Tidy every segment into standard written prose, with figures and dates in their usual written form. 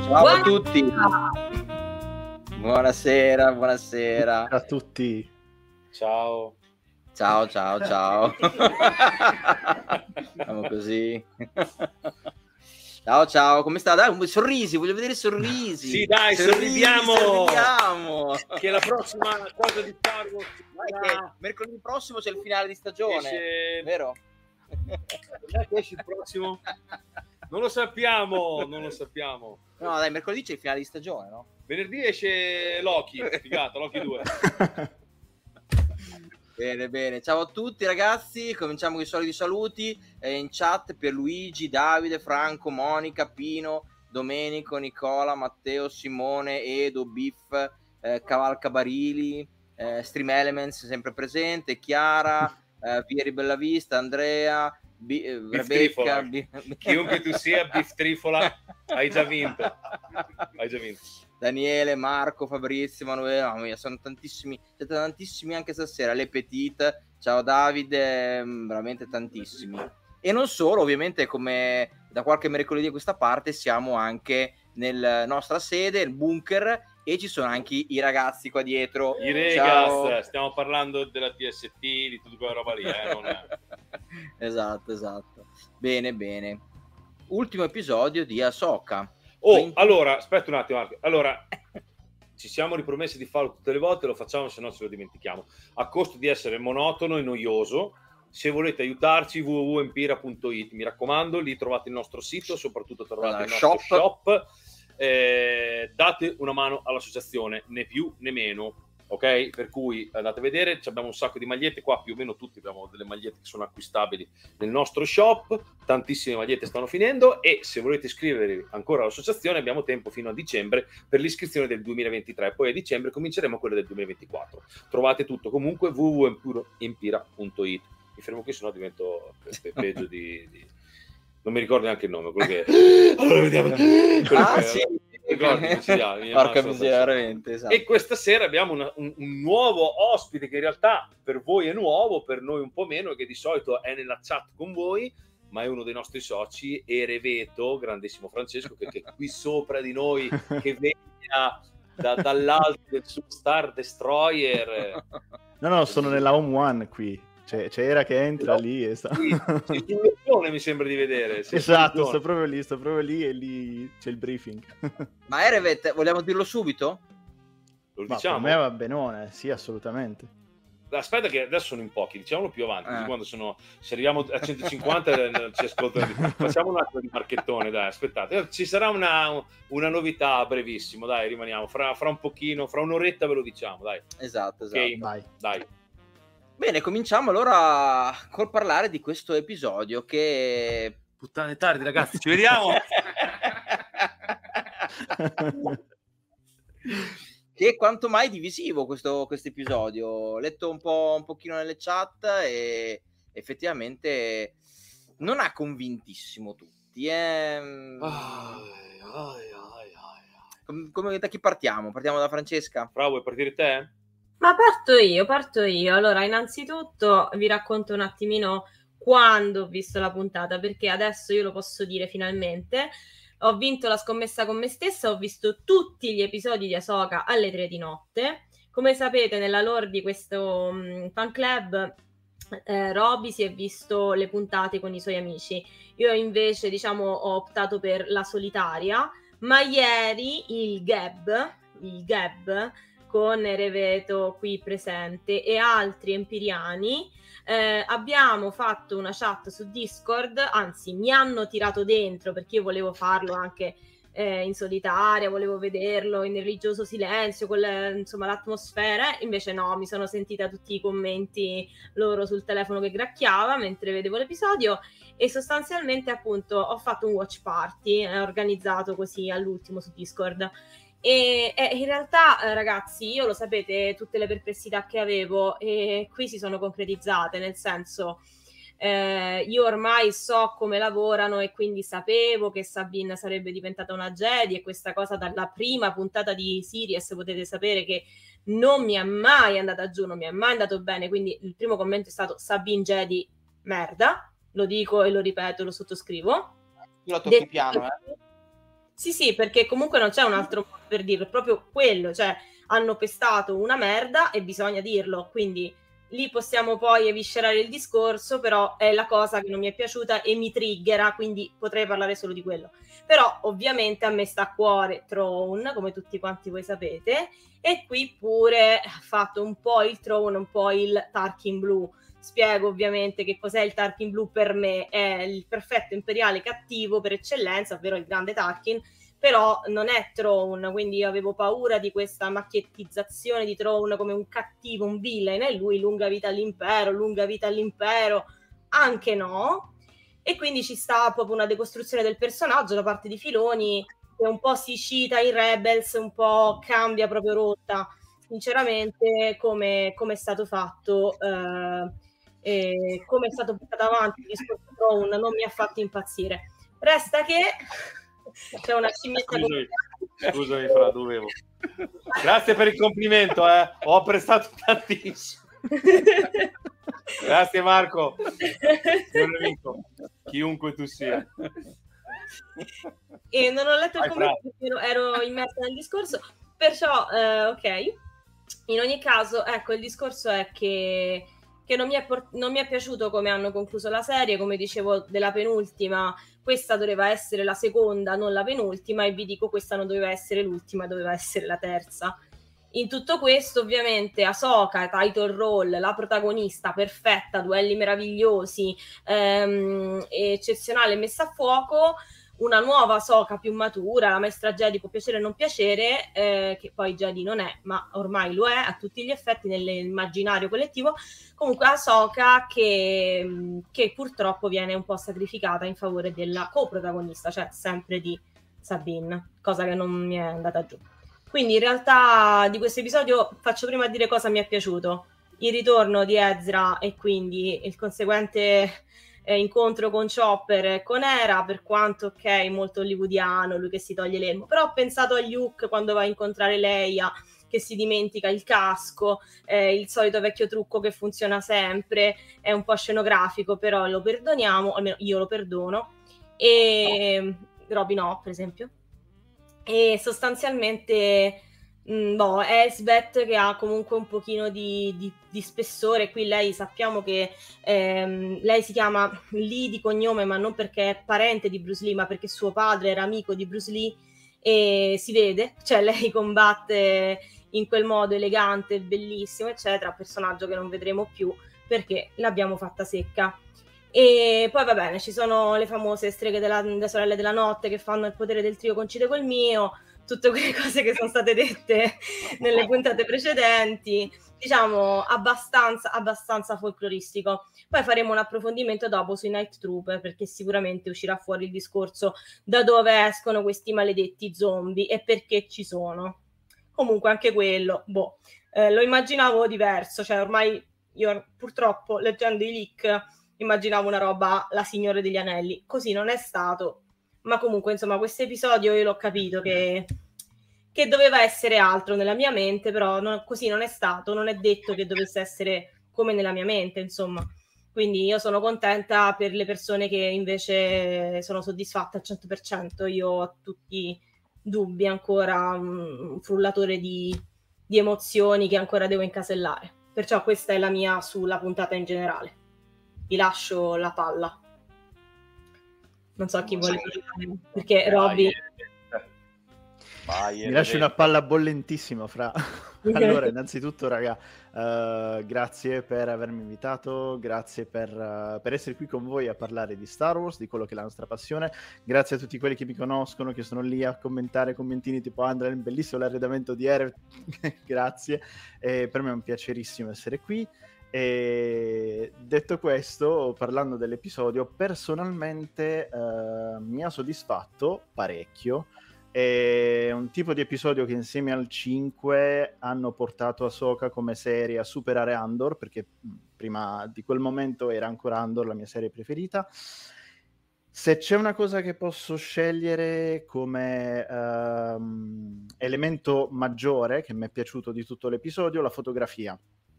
Ciao a tutti. Buonasera, buonasera a tutti. Ciao. Ciao. Siamo così. Ciao, come sta? Dai, sorrisi, voglio vedere sorrisi. Sì, dai, sorridiamo. Che la prossima cosa di Star Wars. Mercoledì prossimo c'è il finale di stagione, vero? Che esce il prossimo? Non lo sappiamo. No, dai, mercoledì c'è il finale di stagione, no? Venerdì esce Loki, figata, Loki 2. Bene. Ciao a tutti ragazzi, cominciamo con i soliti saluti. In chat Pierluigi, Davide, Franco, Monica, Pino, Domenico, Nicola, Matteo, Simone, Edo, Biff, Cavalcabarili, Stream Elements sempre presente, Chiara, Vieri Bellavista, Andrea, Rebecca. Chiunque tu sia, Biff Trifola, hai già vinto. Daniele, Marco, Fabrizio, Emanuele, mamma mia, sono tantissimi, siete tantissimi anche stasera. Le Petite, ciao Davide, veramente tantissimi. E non solo, ovviamente, come da qualche mercoledì a questa parte siamo anche nella nostra sede, il bunker, e ci sono anche i ragazzi qua dietro. I Regas, stiamo parlando della TST, di tutta quella roba lì, non è... Esatto. Bene. Ultimo episodio di Ahsoka. Allora, aspetta un attimo, Marco. Allora, ci siamo ripromessi di farlo tutte le volte, lo facciamo, se no ce lo dimentichiamo. A costo di essere monotono e noioso, se volete aiutarci, www.empira.it. Mi raccomando, lì trovate il nostro sito, soprattutto trovate il nostro shop. Date una mano all'associazione, né più né meno. Ok, per cui andate a vedere, abbiamo un sacco di magliette qua, più o meno tutti abbiamo delle magliette che sono acquistabili nel nostro shop, tantissime magliette stanno finendo, e se volete iscrivervi ancora all'associazione abbiamo tempo fino a dicembre per l'iscrizione del 2023, poi a dicembre cominceremo quella del 2024. Trovate tutto comunque www.empira.it. Mi fermo qui, sennò divento peggio di... non mi ricordo neanche il nome, quello che... Allora vediamo. Sì. Porca miseria, veramente, esatto. E questa sera abbiamo un nuovo ospite che in realtà per voi è nuovo, per noi un po' meno, che di solito è nella chat con voi, ma è uno dei nostri soci, Ereveto, grandissimo Francesco, che è qui sopra di noi, che veglia dall'alto del suo Star Destroyer. No, sono nella Home One qui. C'era che entra lì e sta... Sì, mi sembra di vedere. Esatto, sto proprio lì e lì c'è il briefing. Ma Erevet, vogliamo dirlo subito? Lo diciamo? Per me va benone, sì, assolutamente. Aspetta che adesso sono in pochi, diciamolo più avanti, quando se arriviamo a 150 ci ascoltano. Facciamo un attimo di marchettone, dai, aspettate. Ci sarà una novità a brevissimo, dai, rimaniamo. Fra un pochino, fra un'oretta ve lo diciamo, dai. Esatto. Okay? Dai. Bene, cominciamo allora col parlare di questo episodio che... Puttane, tardi ragazzi, ci vediamo! Che è quanto mai divisivo questo episodio. Ho letto un pochino nelle chat e effettivamente non ha convintissimo tutti. Come da chi partiamo? Partiamo da Francesca? Bravo, vuoi partire te? Ma parto io. Allora, innanzitutto vi racconto un attimino quando ho visto la puntata, perché adesso io lo posso dire finalmente. Ho vinto la scommessa con me stessa, ho visto tutti gli episodi di Ahsoka alle 3 di notte. Come sapete, nella lore di questo fan club, Roby si è visto le puntate con i suoi amici. Io invece, ho optato per la solitaria, ma ieri il Gab con Ereveto qui presente e altri empiriani, abbiamo fatto una chat su Discord, anzi mi hanno tirato dentro perché io volevo farlo anche in solitaria, volevo vederlo in religioso silenzio, con l'atmosfera, invece no, mi sono sentita tutti i commenti loro sul telefono che gracchiava mentre vedevo l'episodio e sostanzialmente appunto ho fatto un watch party organizzato così all'ultimo su Discord. E in realtà ragazzi, io lo sapete tutte le perplessità che avevo e qui si sono concretizzate, nel senso io ormai so come lavorano e quindi sapevo che Sabine sarebbe diventata una Jedi e questa cosa dalla prima puntata di Series potete sapere che non mi è mai andata giù, non mi è mai andato bene, quindi il primo commento è stato Sabine Jedi merda, lo dico e lo ripeto, lo sottoscrivo. Io lo tocchi piano, Sì, perché comunque non c'è un altro modo per dirlo, è proprio quello, cioè hanno pestato una merda e bisogna dirlo, quindi lì possiamo poi eviscerare il discorso, però è la cosa che non mi è piaciuta e mi triggera, quindi potrei parlare solo di quello. Però ovviamente a me sta a cuore Throne, come tutti quanti voi sapete, e qui pure ha fatto un po' il Throne, un po' il Tarkin Blu. Spiego ovviamente che cos'è il Tarkin Blu per me, è il perfetto imperiale cattivo per eccellenza, ovvero il grande Tarkin, però non è Throne, quindi io avevo paura di questa macchiettizzazione di Throne come un cattivo, un villain, e lui lunga vita all'impero, anche no, e quindi ci sta proprio una decostruzione del personaggio da parte di Filoni, che un po' si cita in Rebels, un po' cambia proprio rotta, sinceramente come è stato fatto e come è stato portato avanti il discorso Throne non mi ha fatto impazzire. Resta che c'è una scimmietta. Scusami Fra, dovevo. Grazie per il complimento, ho apprezzato tantissimo. Grazie Marco, mio nemico, chiunque tu sia. E non ho letto il commento perché ero immersa nel discorso, perciò ok. In ogni caso, ecco, il discorso è che non mi è piaciuto come hanno concluso la serie, come dicevo della penultima, questa doveva essere la seconda, non la penultima, e vi dico questa non doveva essere l'ultima, doveva essere la terza. In tutto questo, ovviamente, Ahsoka, title role, la protagonista perfetta, duelli meravigliosi, eccezionale, messa a fuoco, una nuova Ahsoka più matura, la maestra Jedi può piacere o non piacere, che poi Jedi non è, ma ormai lo è a tutti gli effetti nell'immaginario collettivo. Comunque Ahsoka che purtroppo viene un po' sacrificata in favore della coprotagonista, cioè sempre di Sabine, cosa che non mi è andata giù. Quindi in realtà di questo episodio faccio prima dire cosa mi è piaciuto. Il ritorno di Ezra e quindi il conseguente incontro con Chopper e con Hera, per quanto ok, molto hollywoodiano, lui che si toglie l'elmo, però ho pensato a Luke quando va a incontrare Leia, che si dimentica il casco, il solito vecchio trucco che funziona sempre, è un po' scenografico, però lo perdoniamo, almeno io lo perdono, e Robin no, per esempio. E sostanzialmente Elsbeth che ha comunque un pochino di spessore. Qui lei sappiamo che lei si chiama Lee di cognome, ma non perché è parente di Bruce Lee, ma perché suo padre era amico di Bruce Lee, e si vede, cioè lei combatte in quel modo elegante, bellissimo, eccetera, personaggio che non vedremo più perché l'abbiamo fatta secca. E poi va bene, ci sono le famose streghe delle sorelle della notte che fanno il potere del trio coincide col mio, tutte quelle cose che sono state dette nelle puntate precedenti, diciamo abbastanza folcloristico. Poi faremo un approfondimento dopo sui Night Trooper, perché sicuramente uscirà fuori il discorso da dove escono questi maledetti zombie e perché ci sono. Comunque anche quello, lo immaginavo diverso, cioè ormai io purtroppo leggendo i leak immaginavo una roba La Signora degli Anelli, così non è stato, ma comunque insomma questo episodio io l'ho capito che doveva essere altro nella mia mente, però così non è stato, non è detto che dovesse essere come nella mia mente, insomma. Quindi io sono contenta per le persone che invece sono soddisfatte al 100%, io ho tutti dubbi ancora, un frullatore di emozioni che ancora devo incasellare, perciò questa è la mia sulla puntata in generale. Vi lascio la palla. Non so chi vuole dire, perché Robby mi lasci una palla bollentissima, Fra. Allora, innanzitutto, raga, grazie per avermi invitato, grazie per essere qui con voi a parlare di Star Wars, di quello che è la nostra passione. Grazie a tutti quelli che mi conoscono, che sono lì a commentare commentini tipo Andrea, bellissimo l'arredamento di Ere. Grazie, per me è un piacerissimo essere qui. E detto questo, parlando dell'episodio, personalmente mi ha soddisfatto parecchio. È un tipo di episodio che insieme al 5 hanno portato Ahsoka come serie a superare Andor, perché prima di quel momento era ancora Andor la mia serie preferita. Se c'è una cosa che posso scegliere come elemento maggiore che mi è piaciuto di tutto l'episodio, la fotografia.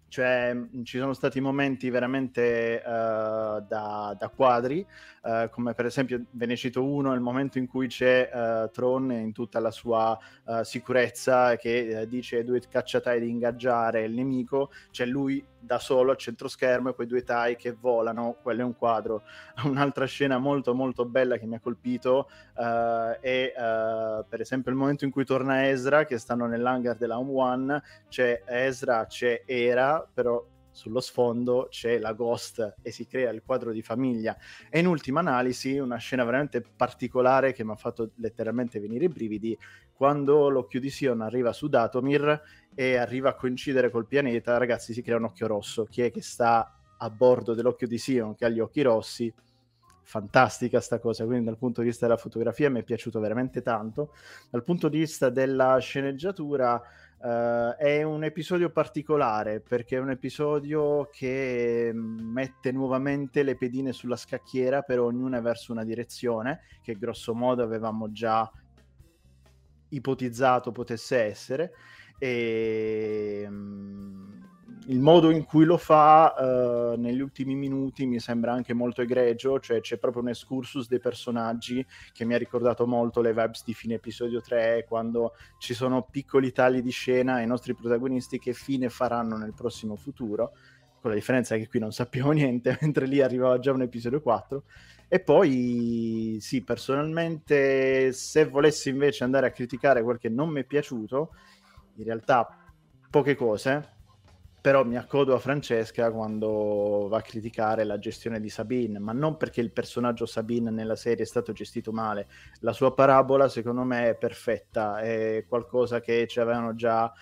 Cioè, ci sono stati momenti veramente da quadri, come per esempio, ve ne cito uno, il momento in cui c'è Thrawn in tutta la sua sicurezza, che dice ai 2 cacciatai di ingaggiare il nemico, c'è lui da solo a centro schermo e quei 2 TIE che volano, quello è un quadro. Un'altra scena molto molto bella che mi ha colpito è per esempio il momento in cui torna Ezra, che stanno nell'hangar della Home One, c'è Ezra, c'è Hera, però sullo sfondo c'è la Ghost e si crea il quadro di famiglia. E in ultima analisi una scena veramente particolare che mi ha fatto letteralmente venire i brividi, quando l'occhio di Sion arriva su Datomir e arriva a coincidere col pianeta. Ragazzi, si crea un occhio rosso. Chi è che sta a bordo dell'occhio di Sion che ha gli occhi rossi? Fantastica sta cosa, quindi dal punto di vista della fotografia mi è piaciuto veramente tanto. Dal punto di vista della sceneggiatura è un episodio particolare, perché è un episodio che mette nuovamente le pedine sulla scacchiera, per ognuna verso una direzione che grosso modo avevamo già ipotizzato potesse essere, e il modo in cui lo fa negli ultimi minuti mi sembra anche molto egregio, cioè c'è proprio un excursus dei personaggi che mi ha ricordato molto le vibes di fine episodio 3, quando ci sono piccoli tagli di scena ai nostri protagonisti che fine faranno nel prossimo futuro, con la differenza che qui non sappiamo niente, mentre lì arrivava già un episodio 4. E poi sì, personalmente, se volessi invece andare a criticare quel che non mi è piaciuto, in realtà poche cose, però mi accodo a Francesca quando va a criticare la gestione di Sabine, ma non perché il personaggio Sabine nella serie è stato gestito male. La sua parabola secondo me è perfetta, è qualcosa che ci avevano già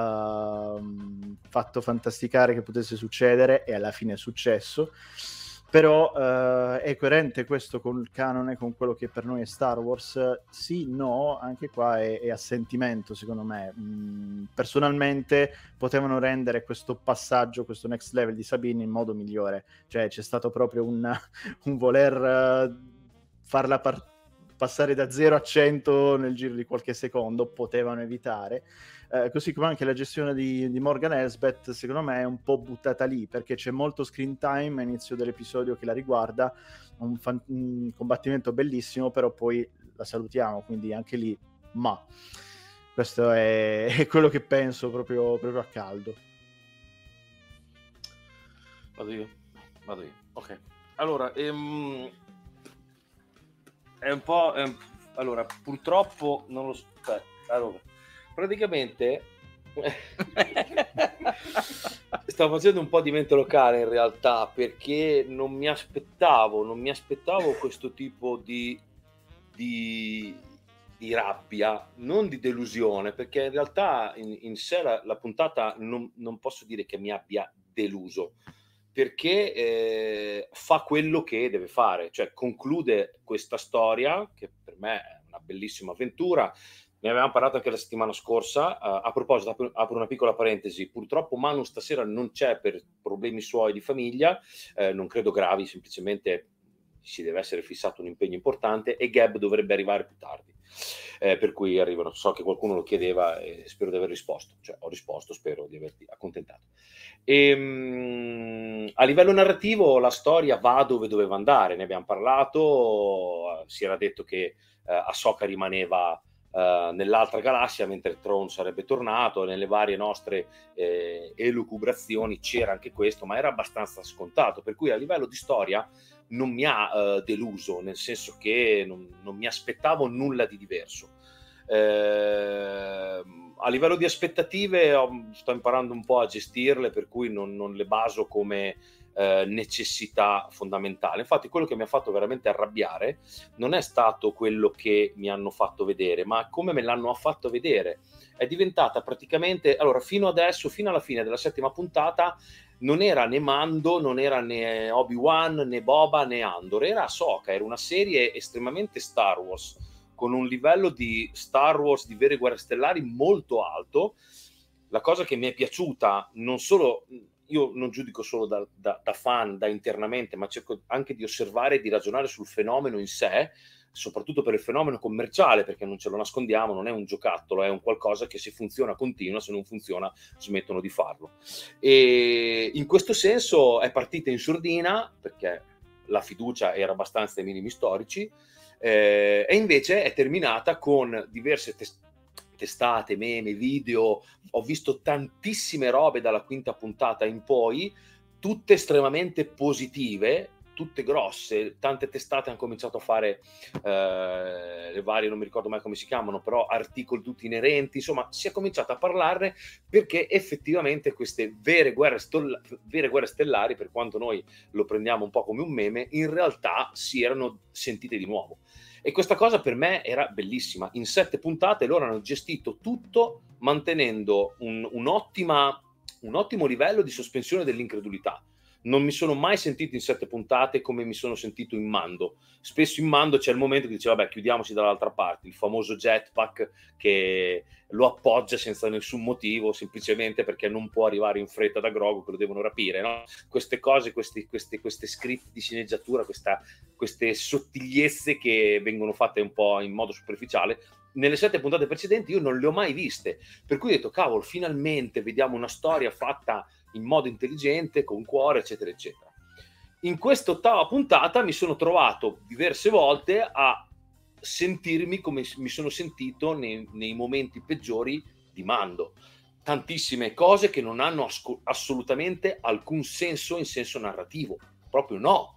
fatto fantasticare che potesse succedere e alla fine è successo. Però è coerente questo col canone, con quello che per noi è Star Wars? Sì, no, anche qua è a sentimento, secondo me. Personalmente potevano rendere questo passaggio, questo next level di Sabine in modo migliore. Cioè c'è stato proprio un voler farla passare da 0 a 100 nel giro di qualche secondo, potevano evitare. Così come anche la gestione di Morgan Elsbeth, secondo me è un po' buttata lì, perché c'è molto screen time all'inizio dell'episodio che la riguarda, un combattimento bellissimo, però poi la salutiamo, quindi anche lì, ma questo è quello che penso proprio a caldo. Vado io. Ok. Allora, è un po'... allora, purtroppo non lo so. Allora, praticamente stavo facendo un po' di mente locale in realtà, perché non mi aspettavo questo tipo di rabbia, non di delusione, perché in realtà in sé la puntata non posso dire che mi abbia deluso, perché fa quello che deve fare, cioè conclude questa storia che per me è una bellissima avventura. Ne avevamo parlato anche la settimana scorsa. A proposito, apro una piccola parentesi, purtroppo Manu stasera non c'è per problemi suoi di famiglia, non credo gravi, semplicemente si deve essere fissato un impegno importante e Gab dovrebbe arrivare più tardi, per cui arrivano. So che qualcuno lo chiedeva e spero di aver risposto, cioè ho risposto, spero di averti accontentato. A livello narrativo la storia va dove doveva andare, ne abbiamo parlato, si era detto che Ahsoka rimaneva nell'altra galassia mentre Thrawn sarebbe tornato. Nelle varie nostre elucubrazioni c'era anche questo, ma era abbastanza scontato, per cui a livello di storia non mi ha deluso, nel senso che non mi aspettavo nulla di diverso. A livello di aspettative sto imparando un po' a gestirle, per cui non le baso come necessità fondamentale. Infatti quello che mi ha fatto veramente arrabbiare non è stato quello che mi hanno fatto vedere, ma come me l'hanno fatto vedere. È diventata praticamente, allora, fino adesso, fino alla fine della 7ª puntata, non era né Mando, non era né Obi-Wan, né Boba, né Andor, era Ahsoka. Era una serie estremamente Star Wars, con un livello di Star Wars, di vere guerre stellari molto alto. La cosa che mi è piaciuta, non solo, io non giudico solo da fan, da internamente, ma cerco anche di osservare e di ragionare sul fenomeno in sé. soprattutto per il fenomeno commerciale, perché non ce lo nascondiamo, non è un giocattolo, è un qualcosa che se funziona continua, se non funziona smettono di farlo. E in questo senso è partita in sordina, perché la fiducia era abbastanza ai minimi storici, e invece è terminata con diverse testate, meme, video. Ho visto tantissime robe dalla quinta puntata in poi, tutte estremamente positive, tutte grosse. Tante testate hanno cominciato a fare le varie, non mi ricordo mai come si chiamano, però articoli tutti inerenti, insomma si è cominciato a parlarne, perché effettivamente queste vere guerre stellari, per quanto noi lo prendiamo un po' come un meme, in realtà si erano sentite di nuovo. E questa cosa per me era bellissima. In 7 puntate loro hanno gestito tutto mantenendo un ottimo livello di sospensione dell'incredulità. Non mi sono mai sentito in 7 puntate come mi sono sentito in Mando. Spesso in Mando c'è il momento che dice vabbè, chiudiamoci dall'altra parte, il famoso jetpack che lo appoggia senza nessun motivo, semplicemente perché non può arrivare in fretta da Grogu, che lo devono rapire, no? Queste cose, queste script di sceneggiatura, queste sottigliezze che vengono fatte un po' in modo superficiale, nelle 7 puntate precedenti io non le ho mai viste, per cui ho detto cavolo, finalmente vediamo una storia fatta in modo intelligente, con cuore, eccetera eccetera. In questa 8ª puntata mi sono trovato diverse volte a sentirmi come mi sono sentito nei momenti peggiori di Mando. Tantissime cose che non hanno assolutamente alcun senso in senso narrativo, proprio no.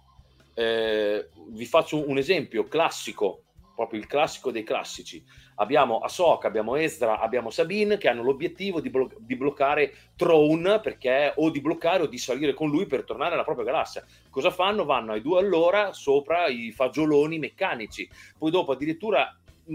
Vi faccio un esempio classico, proprio il classico dei classici. Abbiamo Ahsoka, abbiamo Ezra, abbiamo Sabine che hanno l'obiettivo di bloccare Thrawn, perché o di bloccare o di salire con lui per tornare alla propria galassia. Cosa fanno? Vanno ai 2 all'ora sopra i fagioloni meccanici. Poi dopo addirittura,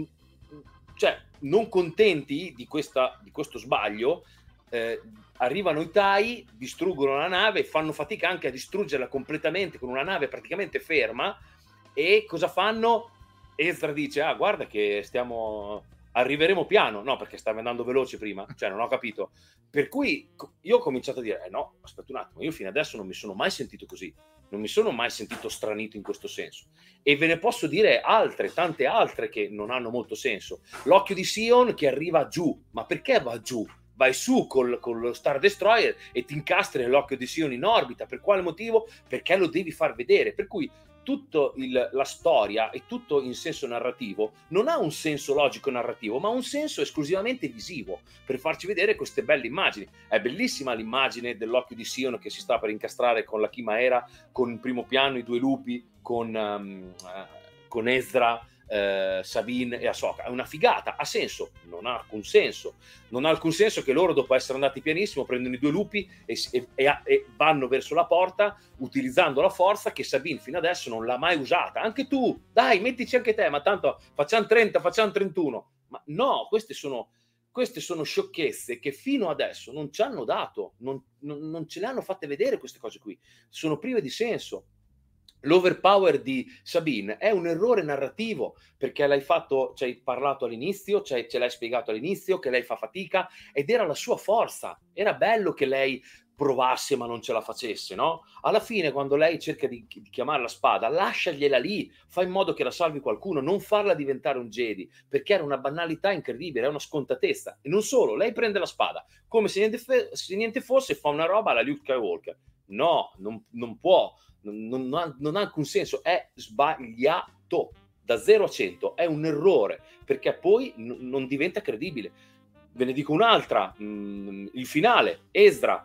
cioè, non contenti di questo sbaglio, arrivano i TIE, distruggono la nave, fanno fatica anche a distruggerla completamente con una nave praticamente ferma. E cosa fanno? Ezra dice guarda che arriveremo piano, no, perché stava andando veloce prima, cioè non ho capito. Per cui io ho cominciato a dire no, aspetta un attimo, io fino adesso non mi sono mai sentito così, non mi sono mai sentito stranito in questo senso, e ve ne posso dire tante altre che non hanno molto senso. L'occhio di Sion che arriva giù, ma perché va giù? Vai su con lo Star Destroyer e ti incastri nell'occhio di Sion in orbita. Per quale motivo? Perché lo devi far vedere. Per cui tutta la storia e tutto in senso narrativo non ha un senso logico narrativo, ma un senso esclusivamente visivo, per farci vedere queste belle immagini. È bellissima l'immagine dell'occhio di Sion che si sta per incastrare con la Chimaera, con in primo piano i 2 lupi, con Ezra, Sabine e Ahsoka. È una figata, ha senso? Non ha alcun senso. Non ha alcun senso che loro, dopo essere andati pianissimo, prendono i 2 lupi e vanno verso la porta utilizzando la forza che Sabine fino adesso non l'ha mai usata. Anche tu, dai, mettici anche te, ma tanto facciamo 30, facciamo 31. Ma no, queste sono sciocchezze che fino adesso non ci hanno dato, non ce le hanno fatte vedere queste cose qui. Sono prive di senso. L'overpower di Sabine è un errore narrativo, perché ci hai parlato all'inizio, ce l'hai spiegato all'inizio che lei fa fatica ed era la sua forza. Era bello che lei provasse ma non ce la facesse, no? Alla fine, quando lei cerca di chiamare la spada, lasciagliela lì, fa in modo che la salvi qualcuno, non farla diventare un Jedi, perché era una banalità incredibile, è una scontatezza. E non solo, lei prende la spada come se niente fosse e fa una roba alla Luke Skywalker. No, non può. Non ha alcun senso, è sbagliato da 0 a 100, è un errore, perché poi non diventa credibile. Ve ne dico un'altra, il finale, Ezra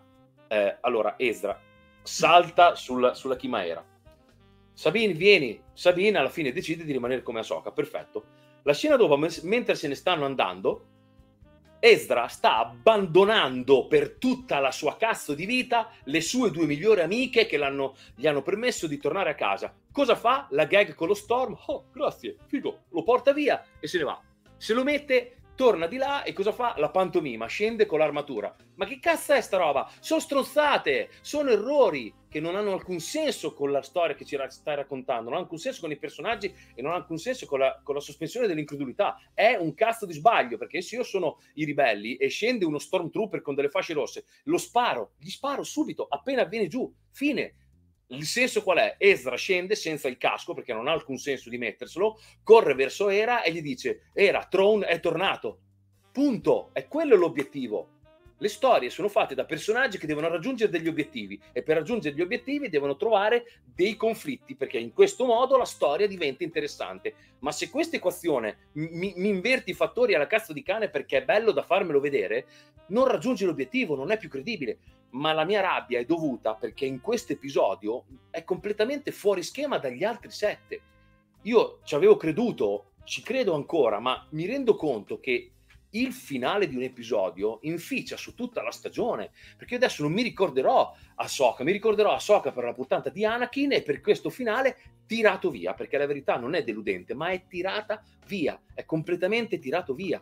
salta sulla Chimaera, Sabine vieni, Sabine alla fine decide di rimanere come Ahsoka, perfetto. La scena dopo, mentre se ne stanno andando, Ezra sta abbandonando per tutta la sua cazzo di vita le sue 2 migliori amiche che gli hanno permesso di tornare a casa. Cosa fa? La gag con lo Storm. Oh, grazie, figo. Lo porta via e se ne va. Se lo mette, torna di là e cosa fa? La pantomima, scende con l'armatura. Ma che cazzo è sta roba? Sono stronzate, sono errori che non hanno alcun senso con la storia che ci stai raccontando, non hanno alcun senso con i personaggi e non hanno alcun senso con la sospensione dell'incredulità. È un cazzo di sbaglio, perché se io sono i ribelli e scende uno stormtrooper con delle fasce rosse, gli sparo subito, appena viene giù, fine. Il senso qual è? Ezra scende senza il casco, perché non ha alcun senso di metterselo, corre verso Hera e gli dice: Hera, Thrawn è tornato. Punto. È quello l'obiettivo. Le storie sono fatte da personaggi che devono raggiungere degli obiettivi, e per raggiungere gli obiettivi devono trovare dei conflitti, perché in questo modo la storia diventa interessante. Ma se questa equazione mi inverti i fattori alla cazzo di cane perché è bello da farmelo vedere, non raggiungi l'obiettivo, non è più credibile. Ma la mia rabbia è dovuta perché in questo episodio è completamente fuori schema dagli altri 7. Io ci avevo creduto, ci credo ancora, ma mi rendo conto che il finale di un episodio inficia su tutta la stagione, perché io adesso non mi ricorderò Ahsoka, mi ricorderò Ahsoka per la puntata di Anakin e per questo finale tirato via, perché la verità non è deludente, ma è tirata via, è completamente tirato via.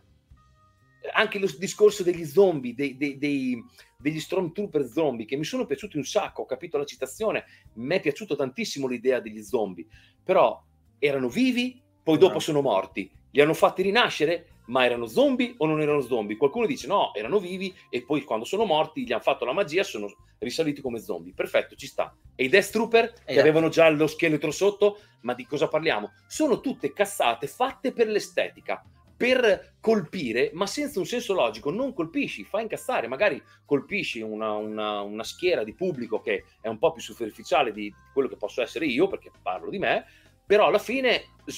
Anche lo discorso degli zombie, degli stormtrooper zombie, che mi sono piaciuti un sacco, ho capito la citazione, mi è piaciuto tantissimo l'idea degli zombie, però erano vivi, poi dopo sono morti, li hanno fatti rinascere, ma erano zombie o non erano zombie? Qualcuno dice no, erano vivi e poi quando sono morti gli hanno fatto la magia, sono risaliti come zombie. Perfetto, ci sta. E i Death Trooper che avevano già lo scheletro sotto, ma di cosa parliamo? Sono tutte cazzate fatte per l'estetica, per colpire, ma senza un senso logico. Non colpisci, fai incazzare, magari colpisci una schiera di pubblico che è un po' più superficiale di quello che posso essere io, perché parlo di me, però alla fine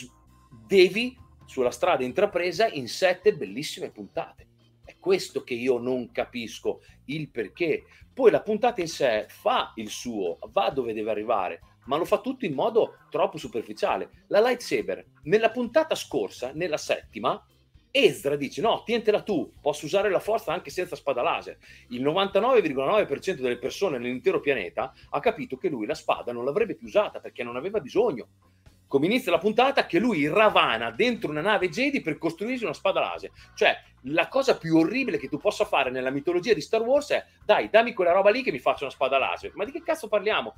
devi sulla strada intrapresa in 7 bellissime puntate. È questo che io non capisco, il perché. Poi la puntata in sé fa il suo, va dove deve arrivare, ma lo fa tutto in modo troppo superficiale. La lightsaber, nella puntata scorsa, nella 7ª, Ezra dice no, tientela tu, posso usare la forza anche senza spada laser. Il 99,9% delle persone nell'intero pianeta ha capito che lui la spada non l'avrebbe più usata perché non aveva bisogno. Come inizia la puntata che lui ravana dentro una nave Jedi per costruirsi una spada laser. Cioè, la cosa più orribile che tu possa fare nella mitologia di Star Wars è dai, dammi quella roba lì che mi faccio una spada laser. Ma di che cazzo parliamo?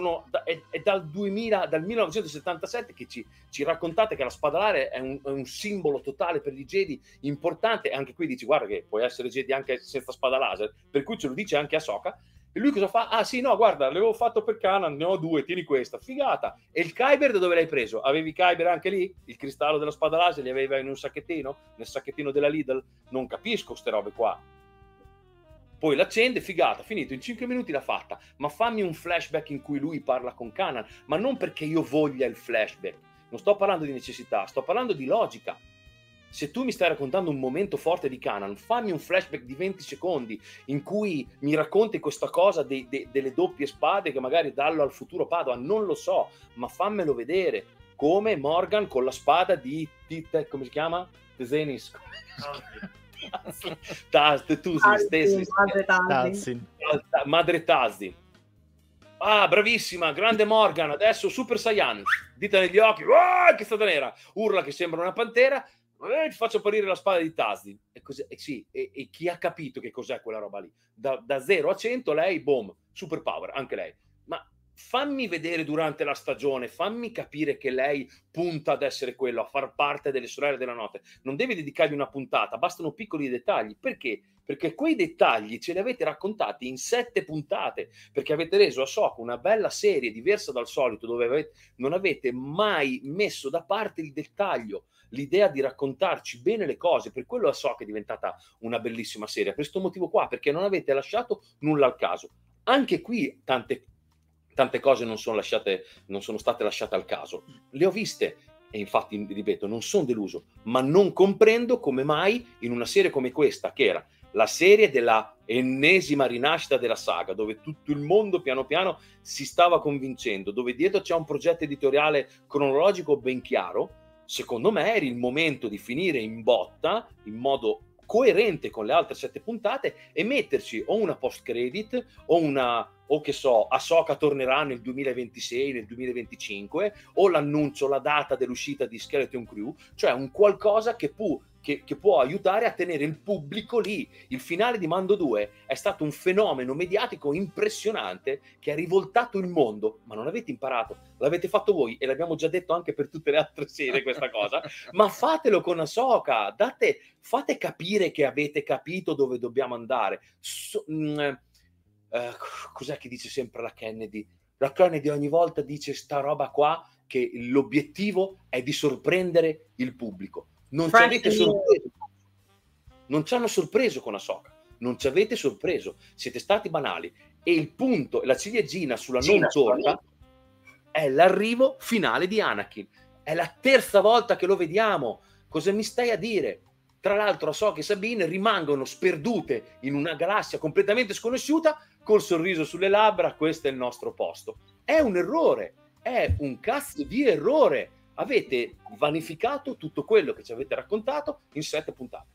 È dal 1977 che ci raccontate che la spada laser è un simbolo totale per i Jedi importante, e anche qui dici guarda che puoi essere Jedi anche senza spada laser, per cui ce lo dice anche Ahsoka. E lui cosa fa? Ah sì, no, guarda, l'avevo fatto per Kanan, ne ho 2, tieni questa, figata. E il Kyber da dove l'hai preso? Avevi Kyber anche lì? Il cristallo della spada laser li aveva in un sacchettino? Nel sacchettino della Lidl? Non capisco queste robe qua. Poi l'accende, figata, finito, in 5 minuti l'ha fatta. Ma fammi un flashback in cui lui parla con Kanan, ma non perché io voglia il flashback. Non sto parlando di necessità, sto parlando di logica. Se tu mi stai raccontando un momento forte di Kanan, fammi un flashback di 20 secondi in cui mi racconti questa cosa delle doppie spade che magari dallo al futuro Padova, non lo so, ma fammelo vedere, come Morgan con la spada di come si chiama? Tesenis. Madre Tazzi. Ah, bravissima, grande Morgan, adesso Super Saiyan, dita negli occhi, che stata nera, urla che sembra una pantera, ti faccio apparire la spada di Tazdi. E chi ha capito che cos'è quella roba lì? Da 0 a 100 lei, boom, super power, anche lei. Ma fammi vedere durante la stagione, fammi capire che lei punta ad essere quello, a far parte delle sorelle della notte. Non devi dedicargli una puntata, bastano piccoli dettagli. Perché? Perché quei dettagli ce li avete raccontati in 7 puntate, perché avete reso Ahsoka una bella serie diversa dal solito, dove non avete mai messo da parte il dettaglio, l'idea di raccontarci bene le cose. Per quello Ahsoka è diventata una bellissima serie, per questo motivo qua, perché non avete lasciato nulla al caso. Anche qui tante cose non sono state lasciate al caso, le ho viste e infatti, ripeto, non sono deluso, ma non comprendo come mai in una serie come questa, che era la serie della ennesima rinascita della saga, dove tutto il mondo piano piano si stava convincendo, dove dietro c'è un progetto editoriale cronologico ben chiaro, secondo me era il momento di finire in botta, in modo coerente con le altre 7 puntate, e metterci o una post credit o che so, Ahsoka tornerà nel 2026, nel 2025, o l'annuncio, la data dell'uscita di Skeleton Crew, cioè un qualcosa che può aiutare a tenere il pubblico lì. Il finale di Mando 2 è stato un fenomeno mediatico impressionante che ha rivoltato il mondo, ma non avete imparato, l'avete fatto voi, e l'abbiamo già detto anche per tutte le altre serie questa cosa, ma fatelo con Ahsoka, fate capire che avete capito dove dobbiamo andare. Cos'è che dice sempre la Kennedy? La Kennedy ogni volta dice sta roba qua, che l'obiettivo è di sorprendere il pubblico. Non ci avete sorpreso. Non ci hanno sorpreso con Ahsoka. Non ci avete sorpreso. Siete stati banali. E il punto, la ciliegina sulla non torta è l'arrivo finale di Anakin. È la terza volta che lo vediamo. Cosa mi stai a dire? Tra l'altro Ahsoka e Sabine rimangono sperdute in una galassia completamente sconosciuta, col sorriso sulle labbra. Questo è il nostro posto. È un errore, è un cazzo di errore. Avete vanificato tutto quello che ci avete raccontato in 7 puntate.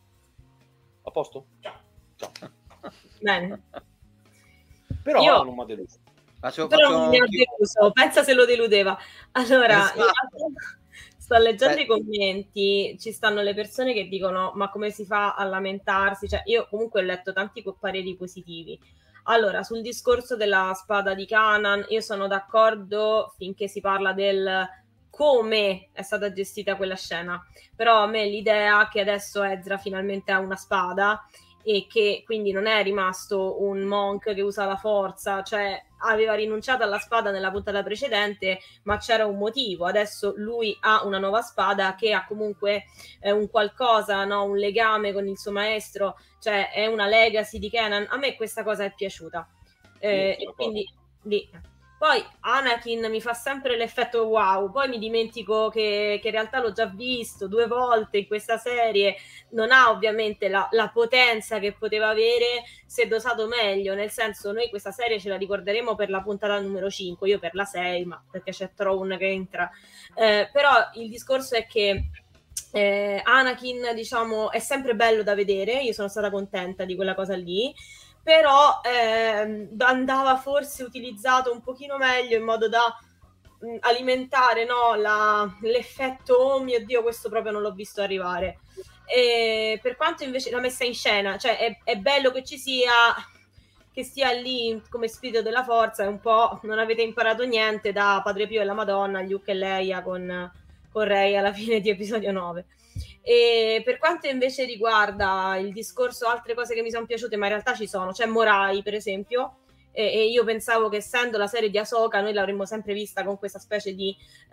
A posto? Ciao. Bene. Però Io... non mi ha deluso. Però non mi ha deluso, pensa se lo deludeva. Allora, sto leggendo i commenti, ci stanno le persone che dicono ma come si fa a lamentarsi? Cioè, io comunque ho letto tanti pareri positivi. Allora, sul discorso della spada di Kanan, io sono d'accordo finché si parla del come è stata gestita quella scena, però a me l'idea che adesso Ezra finalmente ha una spada e che quindi non è rimasto un monk che usa la forza, cioè aveva rinunciato alla spada nella puntata precedente, ma c'era un motivo. Adesso lui ha una nuova spada che ha comunque un qualcosa, no? Un legame con il suo maestro, cioè è una legacy di Kanan. A me questa cosa è piaciuta. E quindi poi Anakin mi fa sempre l'effetto wow, poi mi dimentico che in realtà l'ho già visto 2 volte in questa serie, non ha ovviamente la potenza che poteva avere se dosato meglio, nel senso noi questa serie ce la ricorderemo per la puntata numero 5, io per la 6, ma perché c'è Thrawn che entra, però il discorso è che Anakin, diciamo, è sempre bello da vedere, io sono stata contenta di quella cosa lì, però andava forse utilizzato un pochino meglio in modo da alimentare, no, l'effetto oh mio Dio, questo proprio non l'ho visto arrivare. E per quanto invece la messa in scena, cioè è bello che ci sia, che stia lì come spirito della forza, è un po' non avete imparato niente da Padre Pio e la Madonna, Luke e Leia con Rey alla fine di episodio 9. E per quanto invece riguarda il discorso, altre cose che mi sono piaciute, ma in realtà ci sono, c'è Morai per esempio, e io pensavo che essendo la serie di Ahsoka noi l'avremmo sempre vista con questa specie di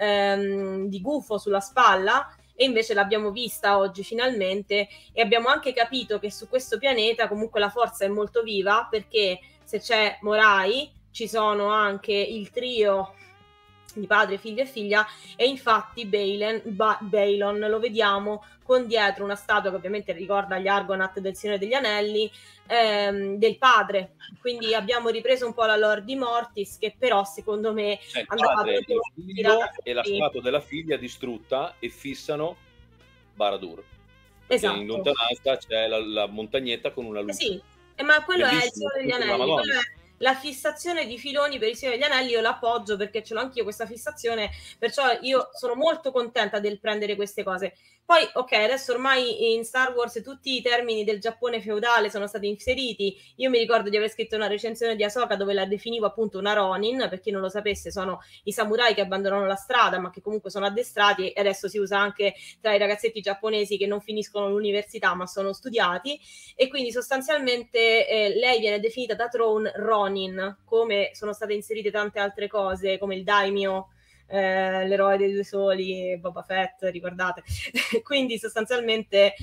gufo sulla spalla, e invece l'abbiamo vista oggi finalmente, e abbiamo anche capito che su questo pianeta comunque la forza è molto viva, perché se c'è Morai ci sono anche il trio di padre, figlio e figlia, e infatti Balon lo vediamo con dietro una statua che ovviamente ricorda gli Argonath del Signore degli Anelli, del padre, quindi abbiamo ripreso un po' la lore di Mortis, che però secondo me il padre, il figlio e la statua della figlia distrutta, e fissano Barad-dûr, esatto. In lontananza c'è la montagnetta con una luce, sì, ma quello è il Signore degli Anelli, la fissazione di Filoni per il Signore degli Anelli. Io l'appoggio perché ce l'ho anch'io questa fissazione, perciò io sono molto contenta del prendere queste cose. Poi ok, adesso ormai in Star Wars tutti i termini del Giappone feudale sono stati inseriti. Io mi ricordo di aver scritto una recensione di Ahsoka dove la definivo appunto una Ronin, per chi non lo sapesse sono i samurai che abbandonano la strada ma che comunque sono addestrati, e adesso si usa anche tra i ragazzetti giapponesi che non finiscono l'università ma sono studiati, e quindi sostanzialmente lei viene definita da Thrawn Ronin, come sono state inserite tante altre cose come il Daimyo, l'eroe dei 2 soli, Boba Fett, ricordate? Quindi sostanzialmente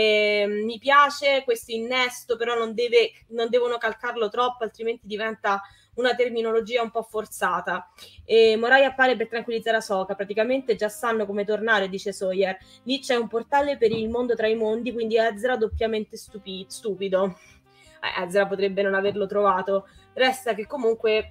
mi piace questo innesto, però non devono calcarlo troppo, altrimenti diventa una terminologia un po' forzata. Morai appare per tranquillizzare Ahsoka, praticamente già sanno come tornare, dice Sawyer. Lì c'è un portale per il mondo tra i mondi, quindi Ezra doppiamente stupido. Ezra potrebbe non averlo trovato. Resta che comunque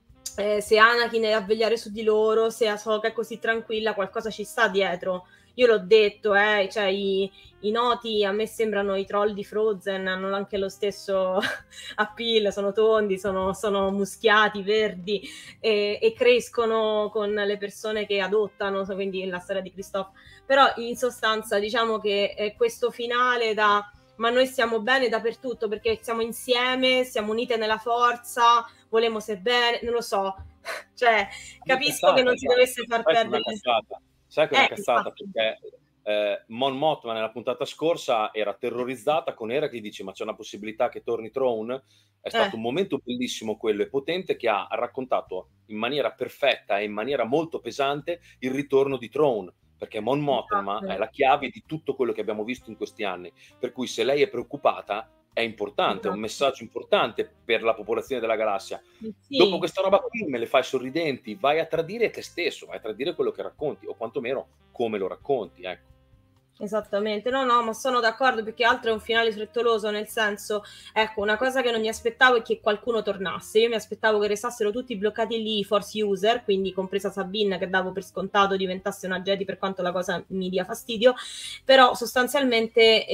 se Anakin è a vegliare su di loro, se Ahsoka è così tranquilla, qualcosa ci sta dietro. Io l'ho detto, cioè i noti a me sembrano i troll di Frozen, hanno anche lo stesso appeal, sono tondi, sono muschiati, verdi, e crescono con le persone che adottano, quindi la storia di Christophe. Però in sostanza diciamo che questo finale ma noi stiamo bene dappertutto perché siamo insieme, siamo unite nella forza, volemo se bene, non lo so, cioè capisco che non si dovesse far perdere. Sai che è una cazzata, perché Mon Mothma nella puntata scorsa era terrorizzata con Era che gli dice: ma c'è una possibilità che torni Thrawn? È stato un momento bellissimo quello e potente, che ha raccontato in maniera perfetta e in maniera molto pesante il ritorno di Thrawn, perché Mon Mothma è la chiave di tutto quello che abbiamo visto in questi anni, per cui se lei è preoccupata è importante, è un messaggio importante per la popolazione della galassia. Sì. Dopo questa roba qui me le fai sorridenti, vai a tradire te stesso, vai a tradire quello che racconti, o quantomeno come lo racconti, ecco. Esattamente, no, ma sono d'accordo, più che altro è un finale frettoloso, nel senso, ecco, una cosa che non mi aspettavo è che qualcuno tornasse. Io mi aspettavo che restassero tutti bloccati lì, Force user, quindi compresa Sabine, che davo per scontato diventasse una Jedi, per quanto la cosa mi dia fastidio, però sostanzialmente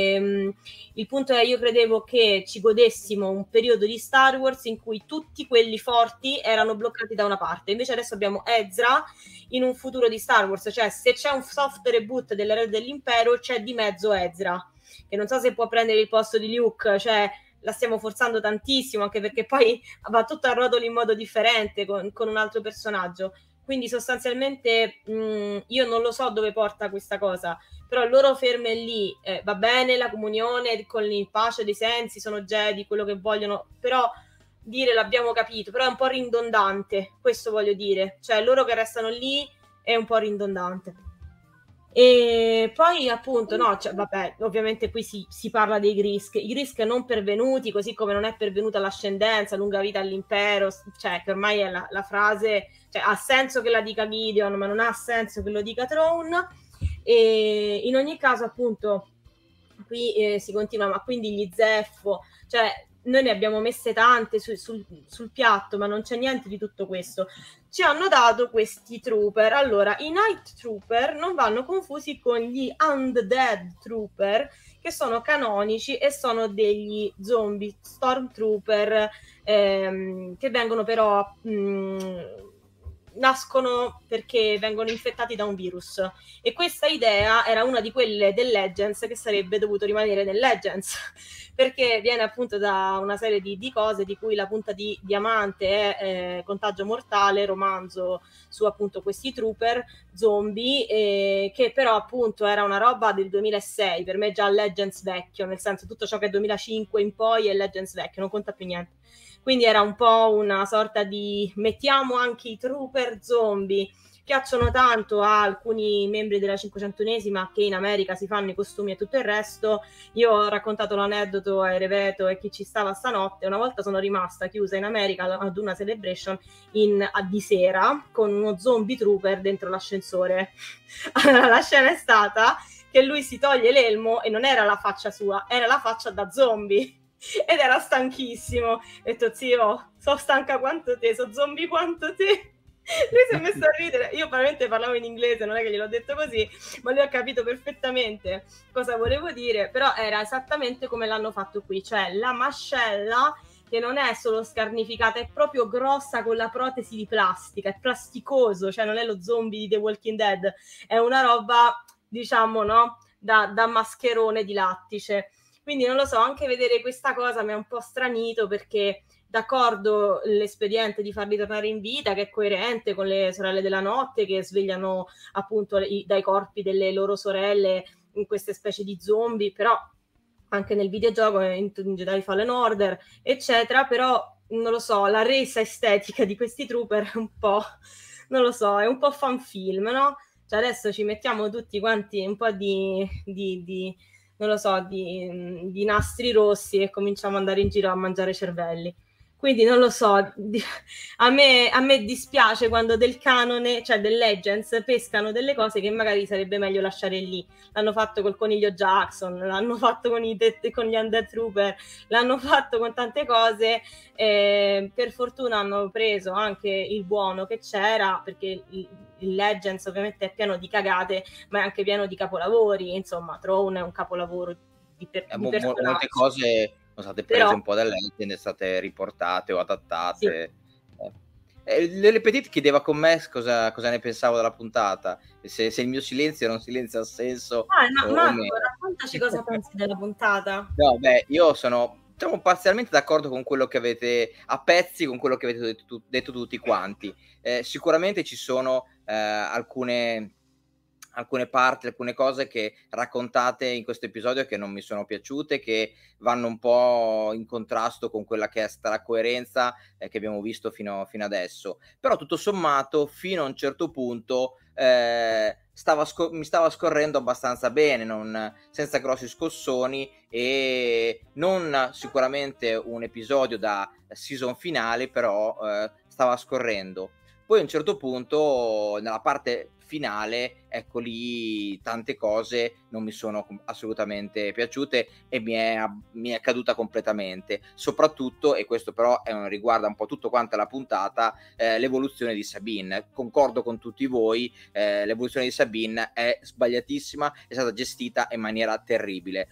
il punto è, io credevo che ci godessimo un periodo di Star Wars in cui tutti quelli forti erano bloccati da una parte, invece adesso abbiamo Ezra in un futuro di Star Wars, cioè se c'è un soft reboot dell'era dell'impero c'è di mezzo Ezra, che non so se può prendere il posto di Luke, cioè la stiamo forzando tantissimo, anche perché poi va tutto a rotoli in modo differente con un altro personaggio, quindi sostanzialmente io non lo so dove porta questa cosa, però loro ferme lì, va bene la comunione con il pace dei sensi, sono Jedi, quello che vogliono, però dire l'abbiamo capito, però è un po' ridondante, questo voglio dire, cioè loro che restano lì è un po' ridondante. E poi appunto no, cioè, vabbè, ovviamente qui si parla dei Grisk, i Grisk non pervenuti, così come non è pervenuta l'ascendenza, lunga vita all'impero, cioè che ormai è la frase, cioè ha senso che la dica Gideon, ma non ha senso che lo dica Thrawn. E in ogni caso appunto qui si continua, ma quindi gli Zeffo, cioè noi ne abbiamo messe tante sul piatto, ma non c'è niente di tutto questo. Ci hanno dato questi trooper. Allora, i Night Trooper non vanno confusi con gli Undead Trooper, che sono canonici e sono degli zombie Stormtrooper che vengono però nascono perché vengono infettati da un virus, e questa idea era una di quelle del Legends che sarebbe dovuto rimanere nel Legends perché viene appunto da una serie di cose, di cui la punta di diamante è Contagio mortale, romanzo su appunto questi trooper zombie, che però appunto era una roba del 2006, per me già Legends vecchio, nel senso tutto ciò che è 2005 in poi è Legends vecchio, non conta più niente. Quindi era un po' una sorta di mettiamo anche i trooper zombie, piacciono tanto a alcuni membri della 501esima che in America si fanno i costumi e tutto il resto. Io ho raccontato l'aneddoto a Ereveto e chi ci stava stanotte. Una volta sono rimasta chiusa in America ad una celebration di sera con uno zombie trooper dentro l'ascensore. Allora, la scena è stata che lui si toglie l'elmo e non era la faccia sua, era la faccia da zombie. Ed era stanchissimo. Ho detto, zio, so stanca quanto te, so zombie quanto te. Lui si è messo a ridere. Io probabilmente parlavo in inglese, non è che gliel'ho detto così, ma lui ha capito perfettamente cosa volevo dire. Però era esattamente come l'hanno fatto qui, cioè la mascella che non è solo scarnificata, è proprio grossa con la protesi di plastica, è plasticoso, cioè non è lo zombie di The Walking Dead, è una roba, diciamo, no, da mascherone di lattice. Quindi non lo so, anche vedere questa cosa mi è un po' stranito, perché d'accordo l'espediente di farli tornare in vita, che è coerente con le sorelle della notte che svegliano appunto dai corpi delle loro sorelle in queste specie di zombie, però anche nel videogioco in Jedi Fallen Order eccetera, però non lo so, la resa estetica di questi trooper è un po', non lo so, è un po' fanfilm, no? Cioè adesso ci mettiamo tutti quanti un po' di non lo so, di nastri rossi e cominciamo ad andare in giro a mangiare cervelli. Quindi non lo so, a me dispiace quando del canone, cioè del Legends, pescano delle cose che magari sarebbe meglio lasciare lì. L'hanno fatto col coniglio Jackson, l'hanno fatto con gli Undead Trooper, l'hanno fatto con tante cose. Per fortuna hanno preso anche il buono che c'era, perché il Legends ovviamente è pieno di cagate, ma è anche pieno di capolavori. Insomma, Thrawn è un capolavoro di molte cose sono state prese un po' da Legend, state riportate o adattate. Sì. Le Petit chiedeva con me cosa ne pensavo della puntata, se il mio silenzio era un silenzio a senso. Marco, raccontaci cosa pensi della puntata. No, beh, io sono parzialmente d'accordo con quello che avete, a pezzi con quello che avete detto tutti quanti. Sicuramente ci sono alcune alcune parti, alcune cose che raccontate in questo episodio che non mi sono piaciute, che vanno un po' in contrasto con quella che è stata la coerenza che abbiamo visto fino adesso. Però tutto sommato, fino a un certo punto, mi stava scorrendo abbastanza bene, senza grossi scossoni, e non sicuramente un episodio da season finale, però stava scorrendo. Poi a un certo punto, nella parte finale, ecco lì tante cose non mi sono assolutamente piaciute e mi è caduta completamente, soprattutto, e questo però riguarda un po' tutto quanto la puntata, l'evoluzione di Sabine. Concordo con tutti voi, l'evoluzione di Sabine è sbagliatissima, è stata gestita in maniera terribile.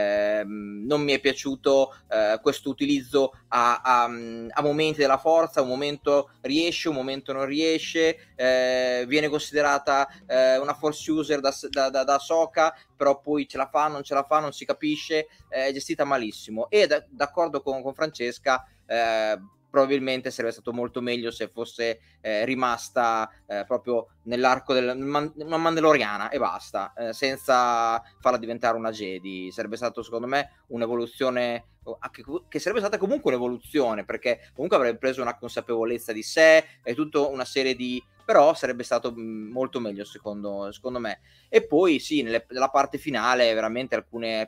Non mi è piaciuto questo utilizzo a momenti della forza, un momento riesce, un momento non riesce, viene considerata una force user da Ahsoka, però poi ce la fa, non ce la fa, non si capisce, è gestita malissimo. E d'accordo con Francesca, probabilmente sarebbe stato molto meglio se fosse rimasta proprio nell'arco una Mandaloriana e basta, senza farla diventare una Jedi. Sarebbe stato, secondo me, un'evoluzione che sarebbe stata comunque un'evoluzione, perché comunque avrebbe preso una consapevolezza di sé e tutta una serie di... però sarebbe stato molto meglio secondo me. E poi sì, nella parte finale veramente alcune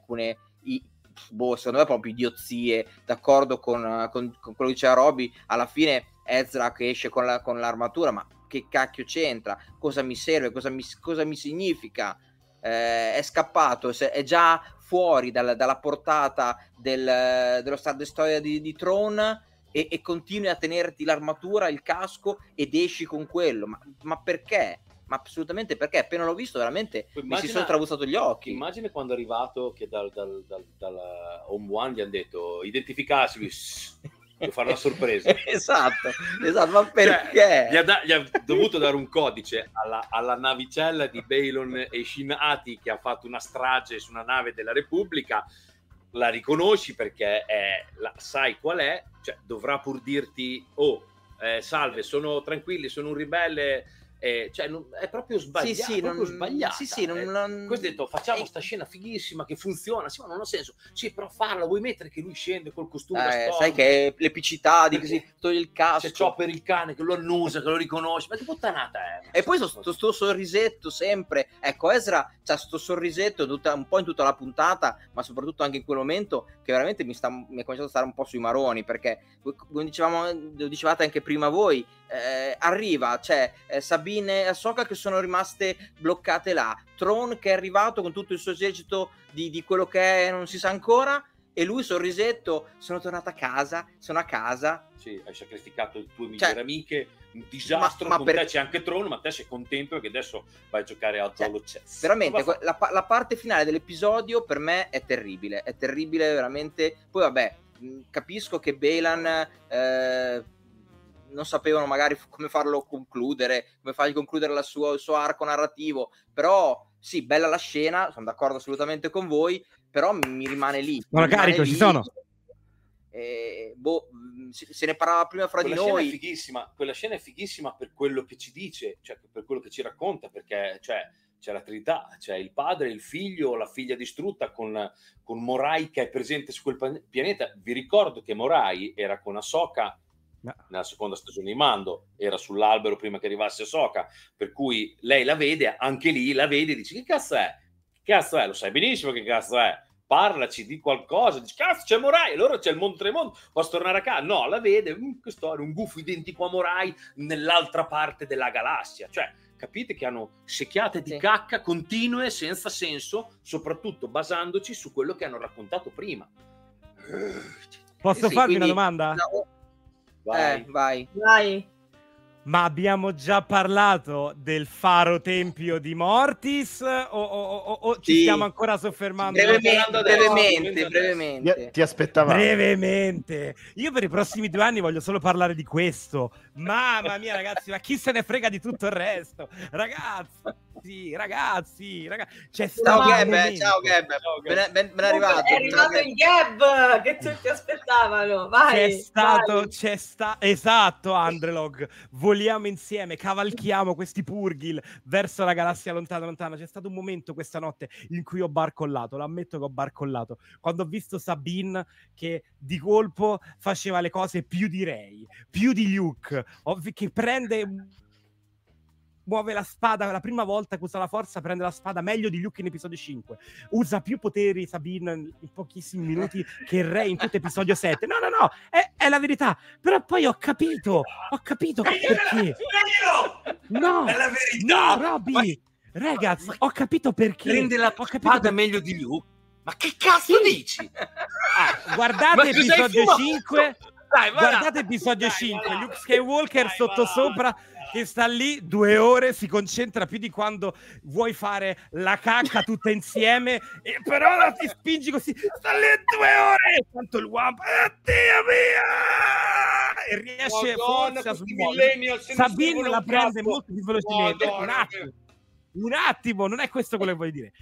secondo me proprio idiozie, d'accordo con quello che diceva Roby. Alla fine Ezra che esce con l'armatura, ma che cacchio c'entra? Cosa mi serve? Cosa mi significa? È scappato, è già fuori dalla portata dello Star Destroyer di Thrawn, e continui a tenerti l'armatura, il casco, ed esci con quello. Ma perché? Ma assolutamente perché? Appena l'ho visto veramente mi si sono travuzzato gli occhi. Immagina quando è arrivato che dal Home One gli hanno detto identificarsi, devo fare una sorpresa. esatto, ma perché? Cioè, gli ha dovuto dare un codice alla navicella di Baylan e Shin-Hati, che ha fatto una strage su una nave della Repubblica. La riconosci perché sai qual è, cioè dovrà pur dirti salve, sono tranquilli, sono un ribelle, cioè è proprio sbagliato, sì, proprio sbagliata. Sì, questo detto, facciamo sta scena fighissima che funziona, sì, ma non ha senso. Sì, però farla, vuoi mettere che lui scende col costume da Storm, sai che l'epicità di così toglie il casco, c'è Chopper il cane che lo annusa, che lo riconosce, ma che puttanata è? E poi sto sorrisetto sempre, ecco, Ezra c'ha sto sorrisetto un po' in tutta la puntata, ma soprattutto anche in quel momento, che veramente mi è cominciato a stare un po' sui maroni, perché come lo dicevate anche prima voi, arriva, c'è Sabine e Ahsoka che sono rimaste bloccate là, Thrawn che è arrivato con tutto il suo esercito di quello che è, non si sa ancora, e lui sorrisetto, sono tornata a casa, sono a casa. Sì, hai sacrificato le tue migliori amiche, un disastro, ma con te c'è anche Thrawn, ma te sei contento che adesso vai a giocare a Zolo Chess. Veramente, la parte finale dell'episodio per me è terribile veramente. Poi vabbè, capisco che Baylan non sapevano magari come farlo concludere, come fargli concludere il suo arco narrativo, però sì, bella la scena, sono d'accordo assolutamente con voi, però mi rimane lì. Sono carico, ci sono. Se ne parlava prima fra quella di noi. Quella scena è fighissima per quello che ci dice, cioè per quello che ci racconta, perché c'è la Trinità, c'è il padre, il figlio, la figlia distrutta con Morai che è presente su quel pianeta. Vi ricordo che Morai era con Ahsoka nella seconda stagione di Mando, era sull'albero prima che arrivasse Ahsoka, per cui lei la vede, anche lì la vede e dice che cazzo è? Lo sai benissimo che cazzo è, parlaci di qualcosa, dice cazzo c'è Morai, allora c'è il mondo tra i mondi, posso tornare a casa? No, la vede, che storia, un gufo identico a Morai nell'altra parte della galassia, cioè capite che hanno secchiate di cacca continue senza senso, soprattutto basandoci su quello che hanno raccontato prima. Posso farvi una domanda? No. Vai. Ma abbiamo già parlato del faro tempio di Mortis o ci stiamo ancora soffermando? Brevemente. Ti aspettavamo. Brevemente. Io per i prossimi 2 anni voglio solo parlare di questo. Mamma mia, ragazzi, ma chi se ne frega di tutto il resto? Ragazzi. Ciao Gab. Ben arrivato. È arrivato il Gab che tutti aspettavano. Vai. C'è stato, esatto, Andrelog. voliamo insieme, cavalchiamo questi Purgil verso la galassia lontana lontana. C'è stato un momento questa notte in cui ho barcollato, lo ammetto che ho barcollato, quando ho visto Sabine che di colpo faceva le cose più di Rey, più di Luke, che muove la spada, la prima volta che usa la forza prende la spada meglio di Luke in episodio 5, usa più poteri Sabine in pochissimi minuti che Rey in tutto episodio 7. No, è la verità. Però poi ho capito perché. No, è la verità. no, Robby, ragazzi, ho capito perché. Prende la spada meglio di Luke. Ma che cazzo dici? Guardate episodio 5. Guardate episodio 5, Luke Skywalker sottosopra che sta lì 2 ore, si concentra più di quando vuoi fare la cacca tutta insieme, e però non ti spingi così, sta lì 2 ore, tanto il Wampa, Dio mia, e riesce forse a smuovere. Sabine la prende molto più velocemente. Un attimo, non è questo quello che voglio dire.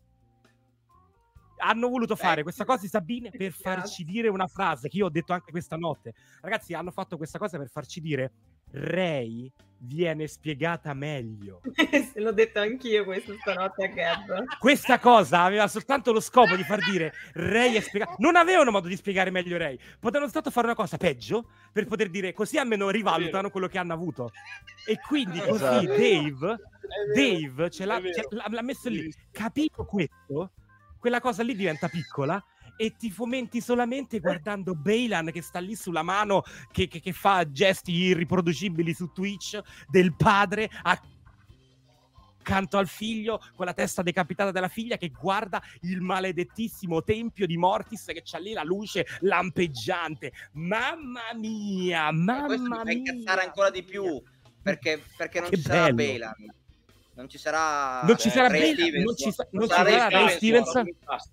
Hanno voluto fare questa cosa di Sabine per farci dire una frase che io ho detto anche questa notte. Ragazzi, hanno fatto questa cosa per farci dire Rey viene spiegata meglio. Se l'ho detto anch'io questo stanotte a Gab. Questa cosa aveva soltanto lo scopo di far dire Rey è spiegata. Non avevano modo di spiegare meglio Rey. Potevano stato fare una cosa peggio per poter dire così almeno rivalutano quello che hanno avuto. E quindi così Dave l'ha messo lì. Capito questo? Quella cosa lì diventa piccola e ti fomenti solamente guardando Baylan che sta lì sulla mano che fa gesti irriproducibili su Twitch del padre accanto al figlio con la testa decapitata della figlia che guarda il maledettissimo tempio di Mortis che c'ha lì la luce lampeggiante. Mamma mia, questo mi fa incazzare ancora di più perché non ci sarà Baylan. Non ci sarà Ray Stevenson.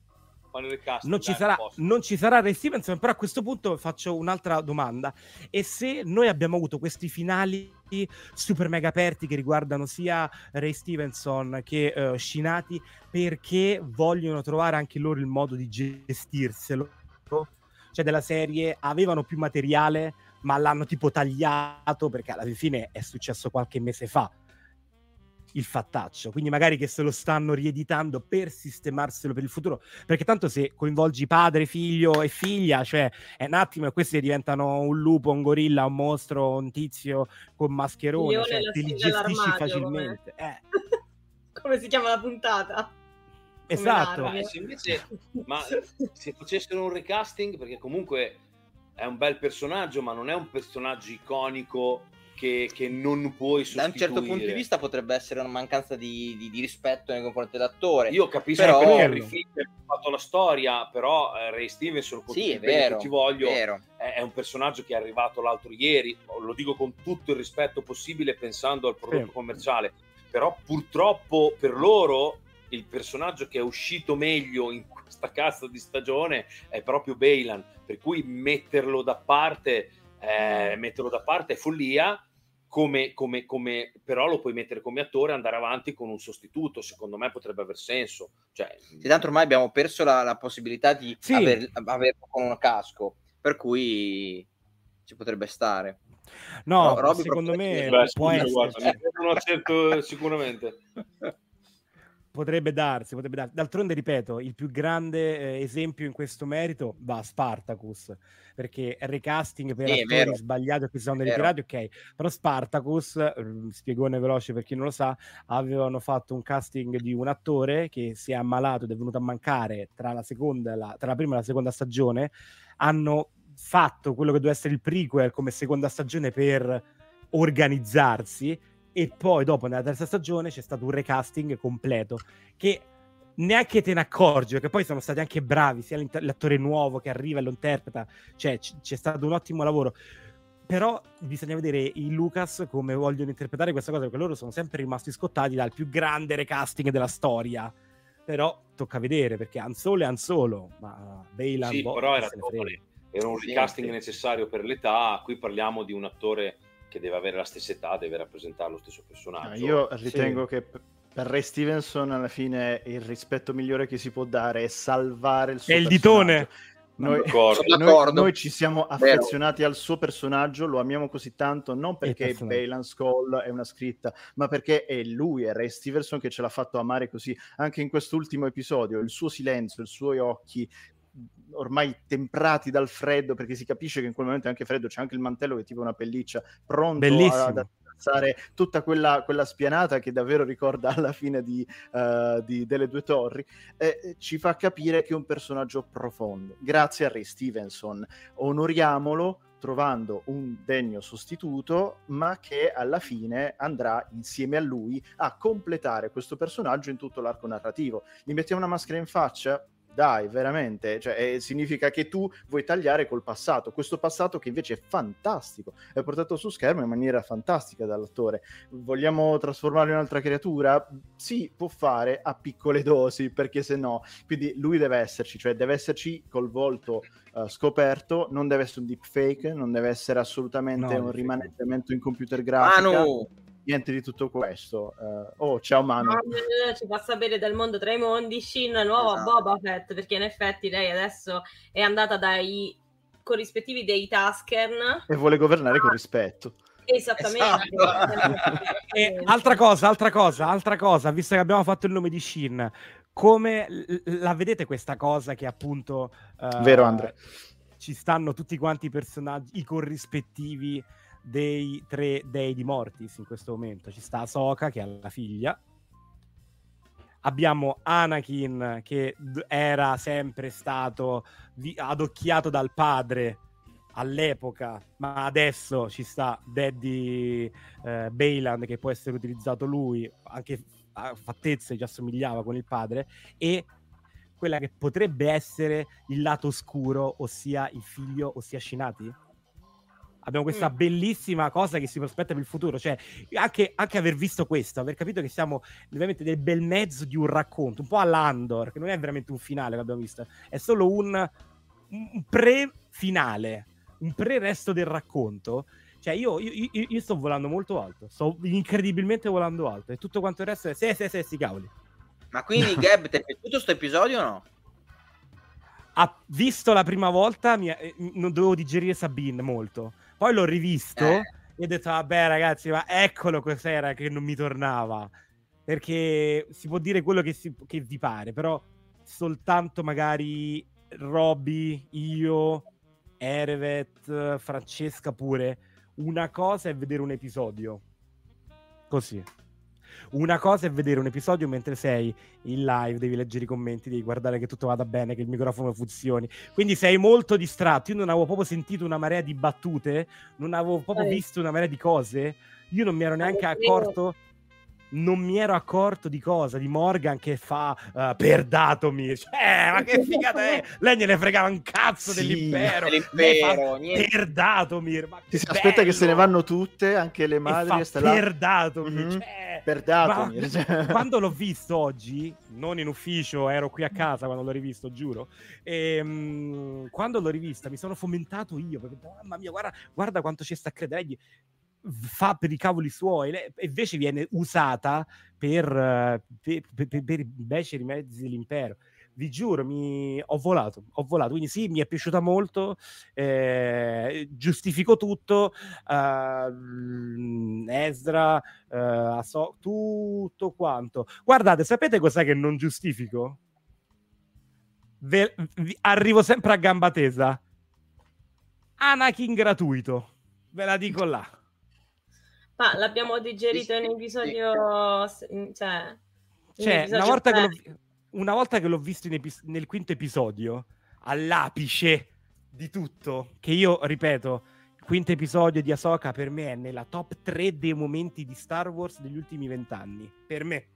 Non ci sarà Ray Stevenson, però a questo punto faccio un'altra domanda. E se noi abbiamo avuto questi finali super mega aperti che riguardano sia Ray Stevenson che Shinati, perché vogliono trovare anche loro il modo di gestirselo? Cioè della serie avevano più materiale ma l'hanno tipo tagliato perché alla fine è successo qualche mese fa il fattaccio, quindi magari che se lo stanno rieditando per sistemarselo per il futuro, perché tanto se coinvolgi padre, figlio e figlia, cioè è un attimo e questi diventano un lupo, un gorilla, un mostro, un tizio con mascherone, cioè te li gestisci facilmente. Come si chiama la puntata? Esatto. Ma se facessero un recasting, perché comunque è un bel personaggio, ma non è un personaggio iconico che non puoi sostituire. Da un certo punto di vista potrebbe essere una mancanza di rispetto nei confronti dell'attore. Io capisco però... perché Harry Finger ha fatto la storia, però Ray Stevenson, con sì, tutto il bene che ti voglio, è un personaggio che è arrivato l'altro ieri, lo dico con tutto il rispetto possibile pensando al prodotto commerciale, però purtroppo per loro il personaggio che è uscito meglio in questa cazzo di stagione è proprio Baylan, per cui metterlo da parte è follia, come però lo puoi mettere come attore e andare avanti con un sostituto. Secondo me potrebbe aver senso, cioè, tanto ormai abbiamo perso la possibilità di averlo con un casco, per cui ci potrebbe stare. No, secondo me può essere, sicuramente potrebbe darsi. D'altronde, ripeto, il più grande esempio in questo merito va a Spartacus, perché recasting per attori sbagliati che si sono ritirati, ok, però Spartacus, spiegone veloce per chi non lo sa, avevano fatto un casting di un attore che si è ammalato ed è venuto a mancare tra la prima e la seconda stagione. Hanno fatto quello che doveva essere il prequel come seconda stagione per organizzarsi, e poi dopo nella terza stagione c'è stato un recasting completo che neanche te ne accorgi, perché poi sono stati anche bravi sia l'attore nuovo che arriva e lo interpreta, cioè c'è stato un ottimo lavoro, però bisogna vedere i Lucas come vogliono interpretare questa cosa, perché loro sono sempre rimasti scottati dal più grande recasting della storia. Però tocca vedere, perché Han Solo è Han Solo, ma Baylan però era un recasting necessario per l'età. Qui parliamo di un attore che deve avere la stessa età, deve rappresentare lo stesso personaggio. Io ritengo che per Ray Stevenson alla fine il rispetto migliore che si può dare è salvare il suo personaggio. Ditone. Noi ci siamo affezionati al suo personaggio, lo amiamo così tanto, non perché Baylan Skoll è una scritta, ma perché è lui, è Ray Stevenson, che ce l'ha fatto amare così. Anche in quest'ultimo episodio, il suo silenzio, i suoi occhi ormai temprati dal freddo, perché si capisce che in quel momento è anche freddo, c'è anche il mantello che è tipo una pelliccia, pronto ad attraversare tutta quella spianata che davvero ricorda alla fine delle Due Torri, ci fa capire che è un personaggio profondo. Grazie a Ray Stevenson, onoriamolo trovando un degno sostituto, ma che alla fine andrà insieme a lui a completare questo personaggio in tutto l'arco narrativo. Gli mettiamo una maschera in faccia? Dai, veramente, cioè, significa che tu vuoi tagliare col passato, questo passato che invece è fantastico, è portato su schermo in maniera fantastica dall'attore. Vogliamo trasformarlo in un'altra creatura? Sì, può fare a piccole dosi, perché se no, quindi lui deve esserci, cioè deve esserci col volto scoperto, non deve essere un deepfake, non deve essere assolutamente un rimaneggiamento in computer grafica. Niente di tutto questo. Ciao Manu. Ci fa sapere del mondo tra i mondi. Shin, nuova Boba Fett, perché in effetti lei adesso è andata dai corrispettivi dei Tusken e vuole governare con rispetto. Esattamente. E altra cosa, visto che abbiamo fatto il nome di Shin, come la vedete questa cosa che appunto vero Andre, ci stanno tutti quanti i personaggi, i corrispettivi dei 3 dei di Mortis in questo momento. Ci sta Ahsoka che ha la figlia, abbiamo Anakin che era sempre stato adocchiato dal padre all'epoca, ma adesso ci sta Daddy Baylan che può essere utilizzato lui, anche a fattezze ci assomigliava con il padre, e quella che potrebbe essere il lato oscuro, ossia il figlio, ossia Shinati. Abbiamo questa bellissima cosa che si prospetta per il futuro, cioè anche aver visto questo, aver capito che siamo veramente nel bel mezzo di un racconto, un po' all'Andor, che non è veramente un finale che abbiamo visto, è solo un pre-finale, un pre-resto del racconto. Cioè io sto volando molto alto, sto incredibilmente volando alto, e tutto quanto il resto è sì cavoli. Ma quindi Gab, ti è piaciuto sto episodio o no? Ha visto la prima volta, non dovevo digerire Sabine molto. Poi l'ho rivisto e ho detto, vabbè ragazzi, ma eccolo cos'era che non mi tornava. Perché si può dire quello che vi pare, però soltanto magari Robby, io, Erevet, Francesca pure, una cosa è vedere un episodio. Così. Una cosa è vedere un episodio mentre sei in live, devi leggere i commenti, devi guardare che tutto vada bene, che il microfono funzioni, quindi sei molto distratto. Io non avevo proprio sentito una marea di battute, non avevo proprio visto una marea di cose, io non mi ero neanche accorto di cosa, di Morgan che fa per Datomir, cioè, ma che figata è, lei gliene fregava un cazzo dell'impero, per Datomir, ma si aspetta che se ne vanno tutte, anche le madri, e per Datomir, cioè, per Datomir. Quando l'ho visto oggi, non in ufficio, ero qui a casa quando l'ho rivisto, giuro, e quando l'ho rivista mi sono fomentato io, perché mamma mia, guarda quanto ci sta credendo, fa per i cavoli suoi, e invece viene usata per i beceri mezzi dell'impero. Vi giuro, ho volato, quindi sì, mi è piaciuta molto, giustifico tutto, Ezra, tutto quanto. Guardate, sapete cos'è che non giustifico? Arrivo sempre a gamba tesa. Anakin gratuito, ve la dico là. Ma l'abbiamo digerito in episodio, una volta che l'ho visto nel quinto episodio, all'apice di tutto, che io ripeto, il quinto episodio di Ahsoka per me è nella top 3 dei momenti di Star Wars degli ultimi 20 anni. Per me.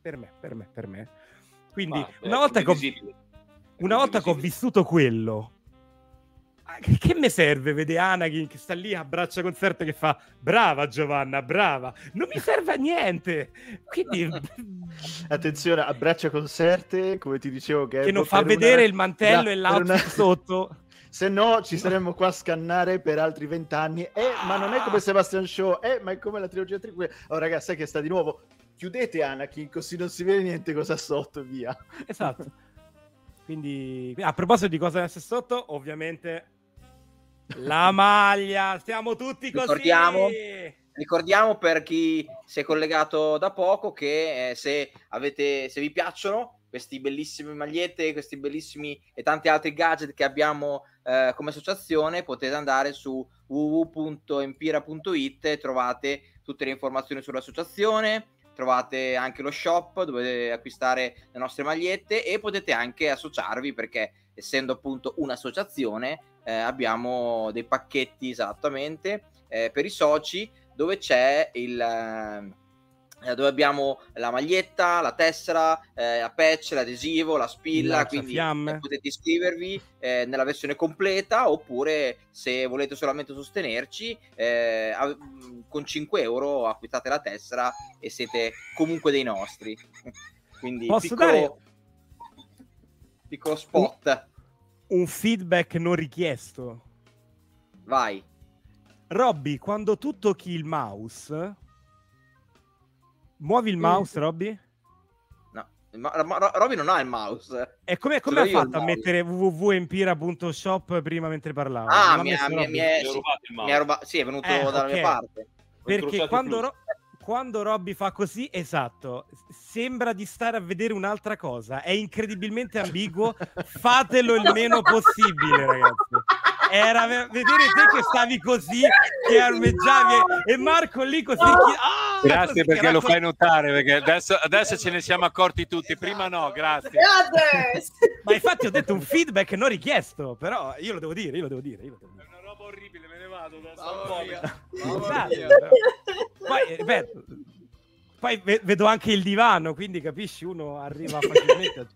Quindi una volta che ho vissuto quello, che mi serve vedere Anakin che sta lì a braccia concerte che fa brava Giovanna, brava, non mi serve a niente, quindi attenzione, a braccia concerte, come ti dicevo, che non fa vedere il mantello e l'outfit sotto, se no ci saremmo qua a scannare per altri 20 anni, ma non è come Sebastian Shaw, ma è come la trilogia triquele. Oh ragazzi, sai che sta di nuovo, chiudete Anakin così non si vede niente cosa sotto, via. Esatto. Quindi a proposito di cosa c'è sotto, ovviamente la maglia, stiamo tutti così. Ricordiamo per chi si è collegato da poco che se vi piacciono questi bellissime magliette, questi bellissimi e tanti altri gadget che abbiamo come associazione, potete andare su www.empira.it e trovate tutte le informazioni sull'associazione, trovate anche lo shop dove acquistare le nostre magliette e potete anche associarvi perché essendo appunto un'associazione abbiamo dei pacchetti esattamente per i soci dove c'è dove abbiamo la maglietta, la tessera, la patch, l'adesivo, la spilla, quindi potete iscrivervi nella versione completa oppure se volete solamente sostenerci con 5 euro acquistate la tessera e siete comunque dei nostri. Quindi piccolo spot. Un feedback non richiesto. Vai. Robby, quando tu tocchi il mouse, muovi il mouse, Robby? No, Robby non ha il mouse. E come ha fatto a mettere www.empira.shop prima mentre parlava? Ah, mi è rubato. Sì, è venuto dalla mia parte. Perché quando Robby fa così, esatto, sembra di stare a vedere un'altra cosa. È incredibilmente ambiguo. Fatelo il meno possibile, ragazzi. Era vedere te che stavi così, che armeggiavi e Marco lì così. Grazie perché lo fai notare, perché adesso ce ne siamo accorti tutti. Prima no, grazie. Ma infatti ho detto un feedback non richiesto, però io lo devo dire. È una roba orribile, me ne vado. Poi ripeto, poi vedo anche il divano, quindi capisci, uno arriva facilmente a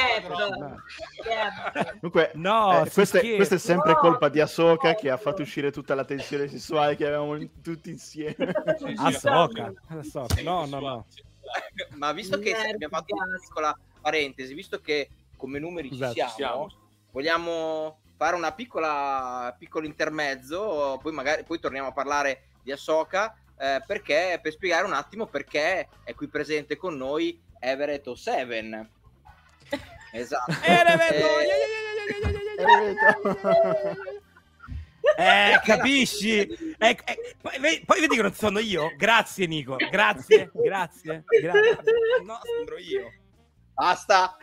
Comunque, questa è sempre colpa di Ahsoka che ha fatto uscire tutta la tensione sessuale che avevamo tutti insieme. Ahsoka. No. Ma visto che abbiamo fatto una piccola parentesi, visto che come numeri ci siamo, vogliamo fare una piccolo intermezzo, poi torniamo a parlare di Ahsoka. Perché per spiegare un attimo perché è qui presente con noi Everett O'Seven. Esatto. Capisci? Poi vedi che non sono io. Grazie Nico. Grazie. No, sembro io. Basta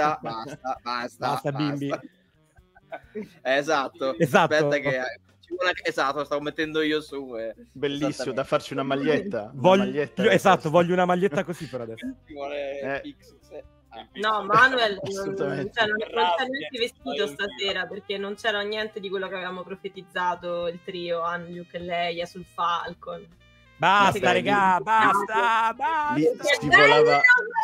bimbi. Esatto. Aspetta che esatto, stavo mettendo io su. Bellissimo, da farci una maglietta. Voglio una maglietta così per adesso. No, Manuel non c'è niente vestito stasera perché non c'era niente di quello che avevamo profetizzato il trio Luke e Leia sul Falcon. Basta, regà, basta. Si volava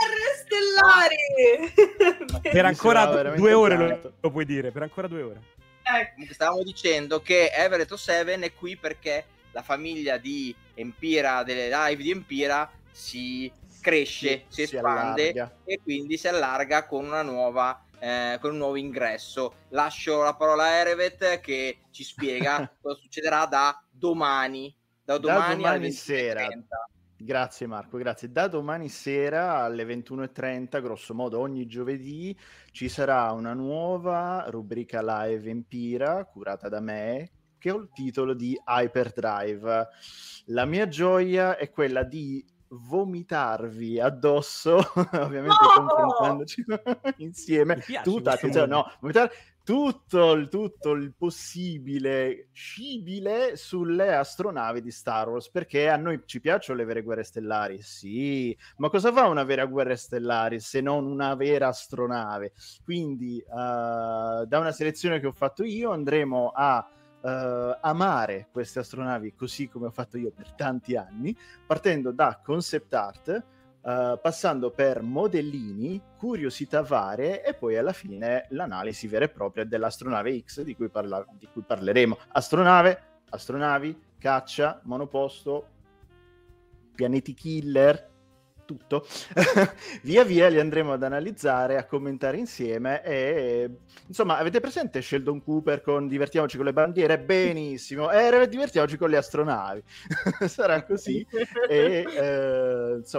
stellari. Per ancora 2 ore lo puoi dire, per ancora 2 ore. Comunque stavamo dicendo che Everett O'Seven è qui perché la famiglia di Empira, delle live di Empira, si cresce, si espande allarga. E quindi si allarga con una nuova con un nuovo ingresso. Lascio la parola a Everett che ci spiega cosa succederà da domani alle sera. Grazie Marco, grazie. Da domani sera alle 21:30, grosso modo ogni giovedì, ci sarà una nuova rubrica live Empira, curata da me, che ho il titolo di Hyperdrive. La mia gioia è quella di vomitarvi addosso, ovviamente confrontandoci insieme. Vomitare tutto il possibile scibile sulle astronavi di Star Wars, perché a noi ci piacciono le vere guerre stellari, sì, ma cosa fa una vera guerra stellare se non una vera astronave? Quindi da una selezione che ho fatto io andremo a amare queste astronavi così come ho fatto io per tanti anni, partendo da concept art, passando per modellini, curiosità varie e poi alla fine l'analisi vera e propria dell'astronave X di cui parleremo. Astronavi, caccia, monoposto, pianeti killer, tutto. Via via li andremo ad analizzare, a commentare insieme e insomma, avete presente Sheldon Cooper con divertiamoci con le bandiere? Benissimo, divertiamoci con le astronavi. Sarà così e insomma,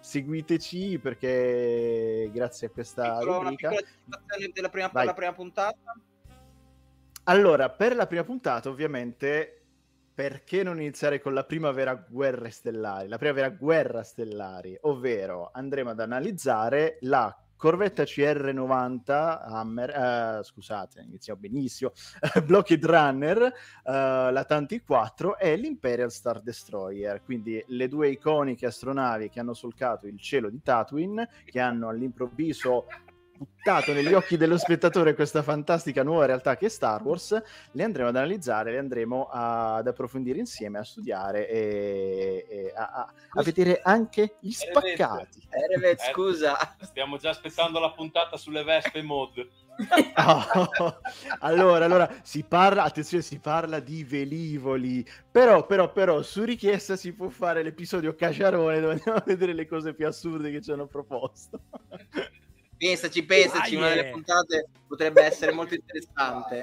seguiteci perché grazie a questa rubrica... Una piccola la prima puntata. Allora, per la prima puntata, ovviamente, perché non iniziare con la primavera guerra stellari, ovvero andremo ad analizzare la corvetta CR90 Hammer, scusate, iniziamo benissimo, Blockade Runner, la Tanti 4 e l'Imperial Star Destroyer, quindi le due iconiche astronavi che hanno solcato il cielo di Tatooine, che hanno all'improvviso buttato negli occhi dello spettatore questa fantastica nuova realtà che è Star Wars. Le andremo ad analizzare, le andremo ad approfondire insieme, a studiare e a vedere anche gli spaccati. Scusa, stiamo già aspettando la puntata sulle Vespe mod. Allora si parla di velivoli, però su richiesta si può fare l'episodio Caciarone dove andiamo a vedere le cose più assurde che ci hanno proposto. Pensaci, una delle puntate potrebbe essere molto interessante.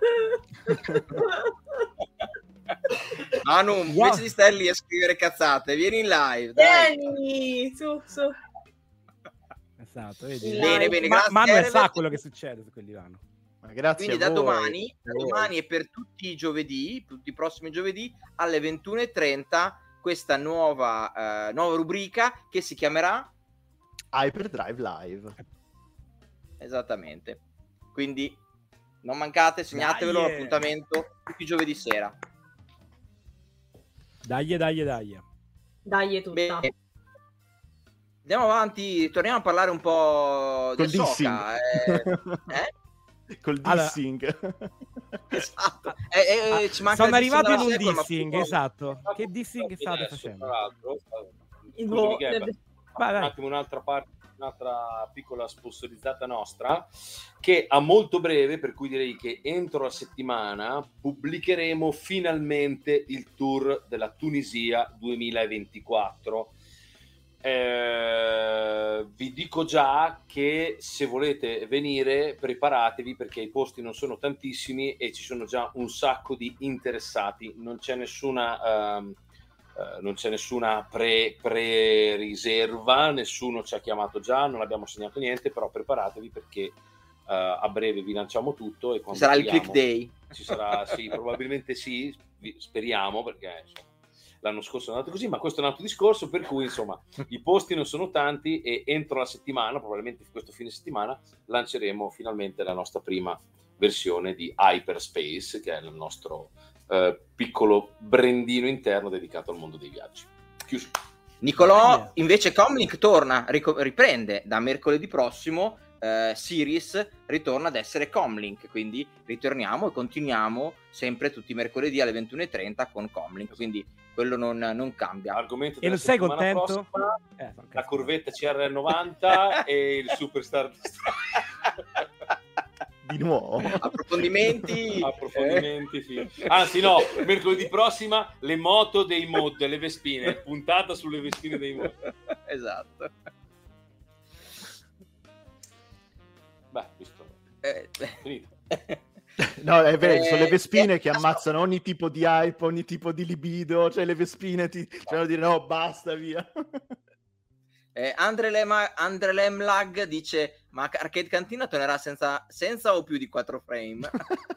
Manu, invece di stare lì a scrivere cazzate, vieni in live, dai. Vieni, su. Esatto, vedi. Bene, Manu sa quello che succede su quel divano. Ma grazie. Quindi da domani e per tutti i giovedì, tutti i prossimi giovedì alle 21:30 questa nuova rubrica che si chiamerà Hyperdrive Live. Esattamente. Quindi non mancate, segnatevelo l'appuntamento tutti i giovedì sera. Dai tutta. Bene. Andiamo avanti, torniamo a parlare un po' di Ahsoka. Col dissing. Esatto. Ci manca sono arrivato in un sequel, dissing, esatto. Che dissing state facendo? Un attimo, un'altra piccola sponsorizzata nostra, che a molto breve, per cui direi che entro la settimana pubblicheremo finalmente il tour della Tunisia 2024. Vi dico già che se volete venire preparatevi, perché i posti non sono tantissimi e ci sono già un sacco di interessati. Non c'è nessuna pre-riserva, nessuno ci ha chiamato già, non abbiamo segnato niente, però preparatevi perché a breve vi lanciamo tutto e quando sarà il click day. Ci sarà, sì, probabilmente sì, speriamo, perché insomma, l'anno scorso è andato così, ma questo è un altro discorso, per cui insomma i posti non sono tanti e entro la settimana, probabilmente questo fine settimana, lanceremo finalmente la nostra prima versione di Hyperspace, che è il nostro piccolo brandino interno dedicato al mondo dei viaggi. Chiuso. Nicolò, invece Comlink torna, riprende da mercoledì prossimo, Sirius ritorna ad essere Comlink, quindi ritorniamo e continuiamo sempre tutti i mercoledì alle 21:30 con Comlink, quindi quello non cambia. Argomento e non sei contento? Prossima, la corvetta CR90 e il Superstar di nuovo approfondimenti sì. Anzi no, mercoledì prossima le moto dei mod, le Vespine, puntata sulle Vespine dei mod. Esatto. Beh, visto finito. No, è vero, sono le Vespine che ammazzano ogni tipo di hype, ogni tipo di libido, cioè le Vespine ti fanno dire no, basta, via. Andre Lemlag dice: ma Arcade Cantina tornerà senza o più di 4 frame?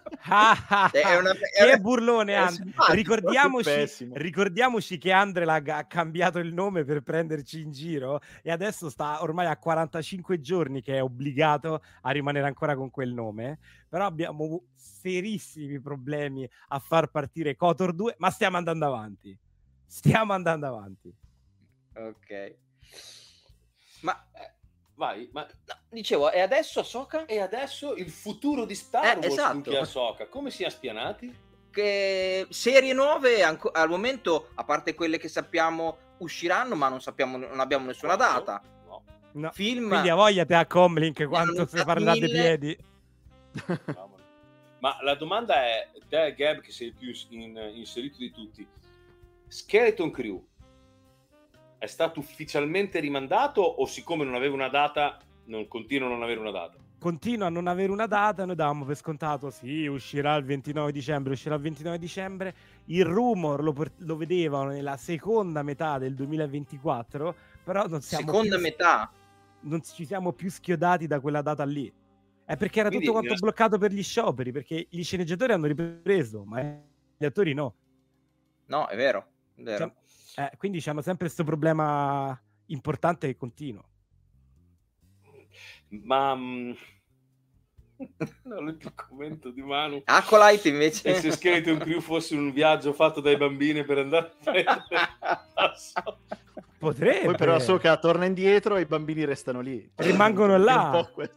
Che burlone. Ricordiamoci che Andrelag ha cambiato il nome per prenderci in giro e adesso sta ormai a 45 giorni che è obbligato a rimanere ancora con quel nome, però abbiamo serissimi problemi a far partire KOTOR 2, ma stiamo andando avanti. Ok. Ma vai, ma no, dicevo, e adesso Ahsoka? E adesso il futuro di Star Wars, esatto. Che Ahsoka, come si è spianati? Che serie nuove al momento, a parte quelle che sappiamo usciranno, ma non abbiamo nessuna data. No. Film. Quindi a voglia te a Comlink quanto si parla dei piedi. Ma la domanda è, te Gab che sei il più inserito di tutti, Skeleton Crew è stato ufficialmente rimandato o siccome non aveva una data continua a non avere una data? Continua a non avere una data, noi davamo per scontato sì, uscirà il 29 dicembre. Il rumor lo vedevano nella seconda metà del 2024, Però non siamo seconda metà. Non ci siamo più schiodati da quella data lì. È perché era Quindi, tutto quanto bloccato per gli scioperi, perché gli sceneggiatori hanno ripreso, ma gli attori no. No, è vero. Quindi c'hanno sempre questo problema importante che continua. Ma non il commento di Manu. Acolyte invece. E se Skeleton Crew fosse un viaggio fatto dai bambini per andare a prendere potrebbe. Poi però Ahsoka torna indietro e i bambini restano lì. Rimangono là. Un po'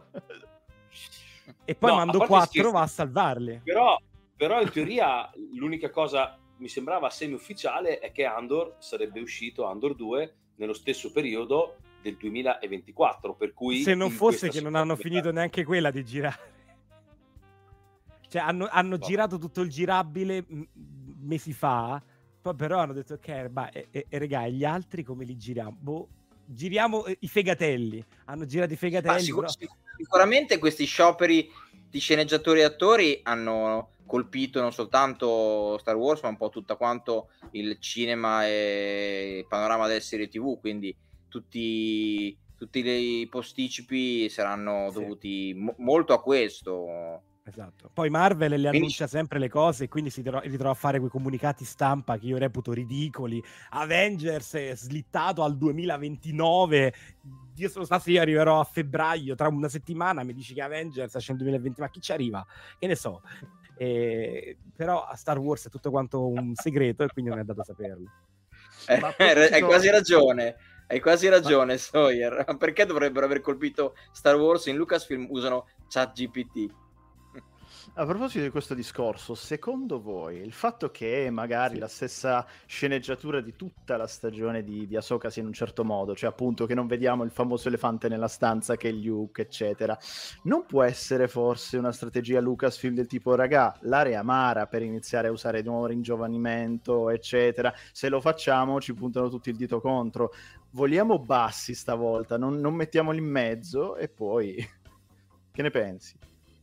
e poi No, Mando 4 va a salvarli. Però in teoria l'unica cosa mi sembrava semi-ufficiale è che Andor sarebbe uscito, Andor 2, nello stesso periodo del 2024, per cui se non fosse che non hanno finito neanche quella di girare, cioè hanno girato tutto il girabile mesi fa, poi però hanno detto ok, regà, gli altri come li giriamo? Giriamo i fegatelli, hanno girato i fegatelli. Sicuramente questi scioperi di sceneggiatori e attori hanno colpito non soltanto Star Wars, ma un po' tutto quanto il cinema e il panorama delle serie TV, quindi tutti i posticipi saranno dovuti molto a questo. Esatto. Poi Marvel le annuncia sempre le cose, quindi si ritrova a fare quei comunicati stampa che io reputo ridicoli. Avengers è slittato al 2029. Io sono stato, io arriverò a febbraio, tra una settimana mi dici che Avengers esce nel 2020, ma chi ci arriva? Che ne so. Però a Star Wars è tutto quanto un segreto e quindi non è dato saperlo. Hai quasi ragione. Hai quasi ragione, Sawyer. Perché dovrebbero aver colpito Star Wars? In Lucasfilm usano ChatGPT. A proposito di questo discorso, secondo voi il fatto che magari la stessa sceneggiatura di tutta la stagione di Ahsoka sia in un certo modo, cioè appunto che non vediamo il famoso elefante nella stanza che è Luke, eccetera, non può essere forse una strategia Lucasfilm del tipo, raga, l'area amara per iniziare a usare di nuovo ringiovanimento, eccetera, se lo facciamo ci puntano tutti il dito contro, vogliamo bassi stavolta, non mettiamoli in mezzo e poi... Che ne pensi?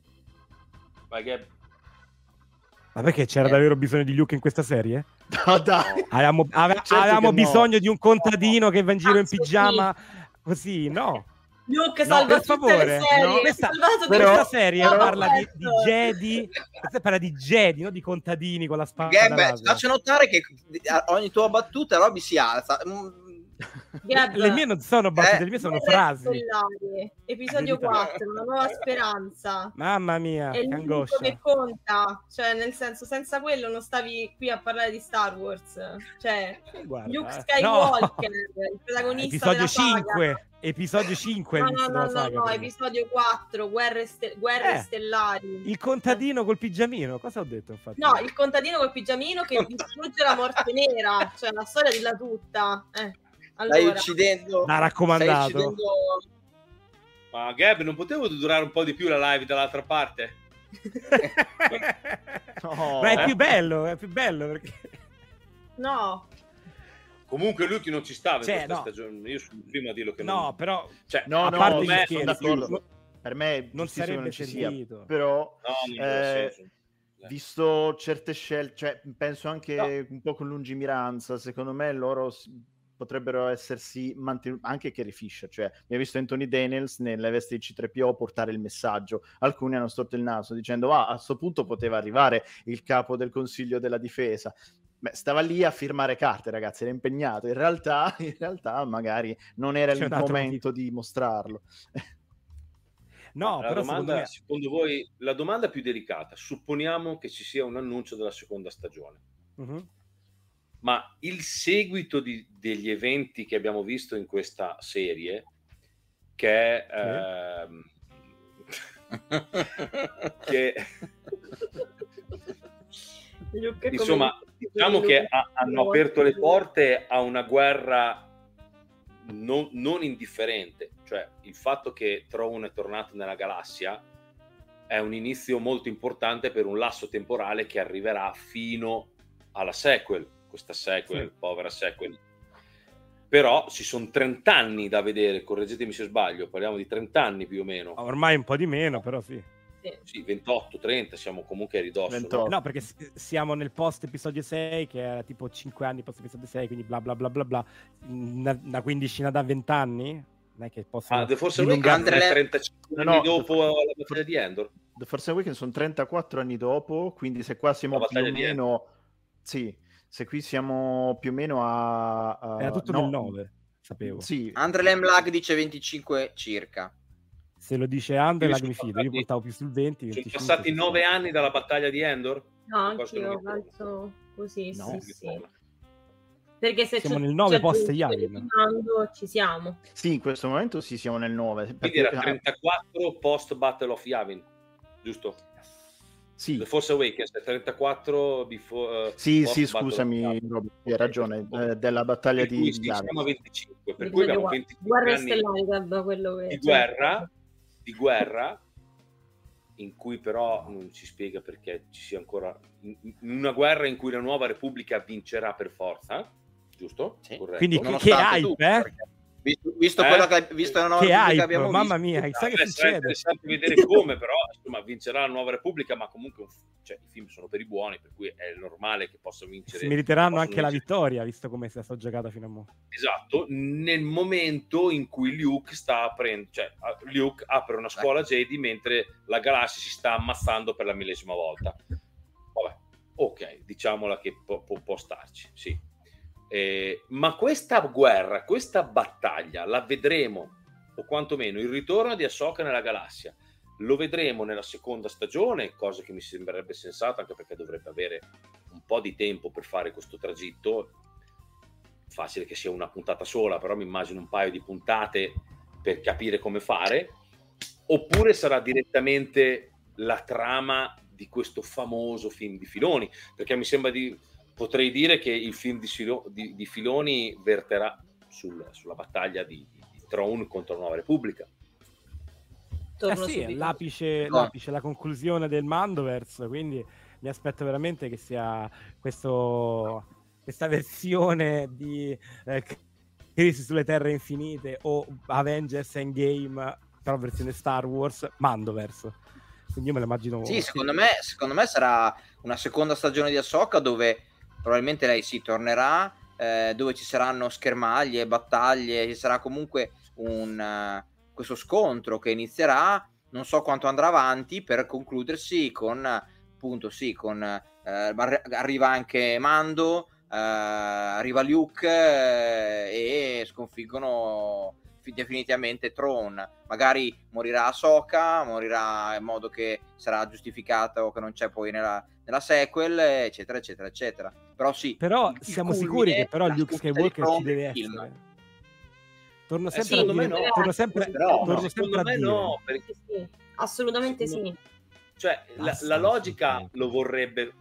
Ma perché c'era davvero bisogno di Luke in questa serie? No, dai. Avevamo bisogno di un contadino che va in giro in pigiama così, no? Luke salva per favore, tutte le serie. no? Questa serie parla di Jedi, parla di Jedi, non di contadini con la spada. Faccio notare che ogni tua battuta Robby si alza. Le mie non sono battute, le mie sono frasi. Episodio 4, una nuova speranza. Mamma mia, è che angoscia. Che conta, cioè nel senso, senza quello non stavi qui a parlare di Star Wars. Cioè, guarda, Luke Skywalker, il protagonista episodio della 5. saga. Episodio 5 no, episodio 4, guerre stellari. Il contadino col pigiamino, cosa ho detto infatti? No, il contadino col pigiamino che distrugge la morte nera, cioè la storia della tutta. Allora, stai uccidendo. L'ha raccomandato. Ma Gab, non potevo durare un po' di più la live dall'altra parte? No. Ma è più bello perché... No. Comunque lui che non ci stava in questa no. stagione, io sono il primo a dirlo che no, non... però... Cioè, no, a parte me, sono d'accordo. Per me non sarebbe non ci sentito. Sia, però no, visto certe scelte, cioè, penso anche un po' con lungimiranza, secondo me loro potrebbero essersi mantenuti, anche Carrie Fisher, cioè mi ha visto Anthony Daniels nelle vesti di C3PO portare il messaggio, alcuni hanno storto il naso dicendo a sto punto poteva arrivare il capo del Consiglio della Difesa. Beh, stava lì a firmare carte, ragazzi, era impegnato. In realtà magari non era il momento di mostrarlo. No, però domanda, secondo voi, la domanda più delicata, supponiamo che ci sia un annuncio della seconda stagione. Uh-huh. Ma il seguito degli eventi che abbiamo visto in questa serie, che è... che... insomma, diciamo che hanno aperto le porte a una guerra non indifferente, cioè il fatto che Thrawn è tornato nella galassia è un inizio molto importante per un lasso temporale che arriverà fino alla sequel, questa sequel, sì. Povera sequel. Però ci sono 30 anni da vedere, correggetemi se sbaglio, parliamo di 30 anni più o meno. Ormai un po' di meno, però sì. Sì, 28, 30, siamo comunque a ridosso. 28. No, perché siamo nel post episodio 6, che era tipo 5 anni post episodio 6, quindi bla bla bla bla bla. Una quindicina da 20 anni? Non è che possono The Force Awakens è 35 anni dopo la battaglia di Endor. The Force Awakens sono 34 anni dopo, quindi se qua siamo più o meno... Sì, se qui siamo più o meno a... Era tutto nel 9, sapevo. Sì. Andrelem Lag dice 25 circa. Se lo dice Andrelag mi fido, io portavo più sul 20. 25, sono passati 9 anni dalla battaglia di Endor? No, anch'io penso così, no? sì. Perché se siamo nel 9 post Yavin. Ci siamo. Sì, in questo momento sì, siamo nel 9. Quindi perché... era 34 post Battle of Yavin, giusto? Sì. The Force Awakens è 34 before, sì, scusami, hai ragione, della battaglia di Yavin. Siamo a 25, per cui abbiamo 25 anni di guerra, in cui però non si spiega perché ci sia ancora una guerra in cui la Nuova Repubblica vincerà per forza, giusto? Sì. Corretto. Quindi che hype, Visto quello che visto la Nuova Repubblica che abbiamo mamma visto, mia, chissà che succede. Sarà interessante vedere come, però insomma vincerà la Nuova Repubblica, ma comunque i film sono per i buoni, per cui è normale che possa vincere. Si meriteranno anche la vittoria, visto come sia stata giocata fino a mo'. Esatto, nel momento in cui Luke sta aprendo, cioè Luke apre una scuola Jedi mentre la galassia si sta ammazzando per la 1000ª volta. Vabbè, ok, diciamola che può starci, sì. Ma questa guerra, questa battaglia la vedremo, o quantomeno il ritorno di Ahsoka nella galassia lo vedremo nella seconda stagione, cosa che mi sembrerebbe sensata, anche perché dovrebbe avere un po' di tempo per fare questo tragitto. Facile che sia una puntata sola, però mi immagino un paio di puntate per capire come fare. Oppure sarà direttamente la trama di questo famoso film di Filoni, perché mi sembra potrei dire che il film di Filoni verterà sulla battaglia di Thrawn contro la Nuova Repubblica. Sì, l'apice, la conclusione del Mandoverse, quindi mi aspetto veramente che sia questa versione di Crisi sulle Terre Infinite o Avengers Endgame, però versione Star Wars, Mandoverse. Quindi io me lo immagino... Sì, secondo me sarà una seconda stagione di Ahsoka dove probabilmente lei si tornerà, dove ci saranno schermaglie, battaglie, ci sarà comunque questo scontro che inizierà, non so quanto andrà avanti, per concludersi con appunto arriva anche Mando, arriva Luke e sconfiggono definitivamente Thrawn. Magari morirà Ahsoka, morirà in modo che sarà giustificato che non c'è poi nella sequel, eccetera eccetera eccetera. Però sì, però siamo sicuri che però Luke Skywalker ci deve essere. Torno sempre a dire, torno sempre a dire. No, perché sì, assolutamente sì. Cioè la logica lo vorrebbe,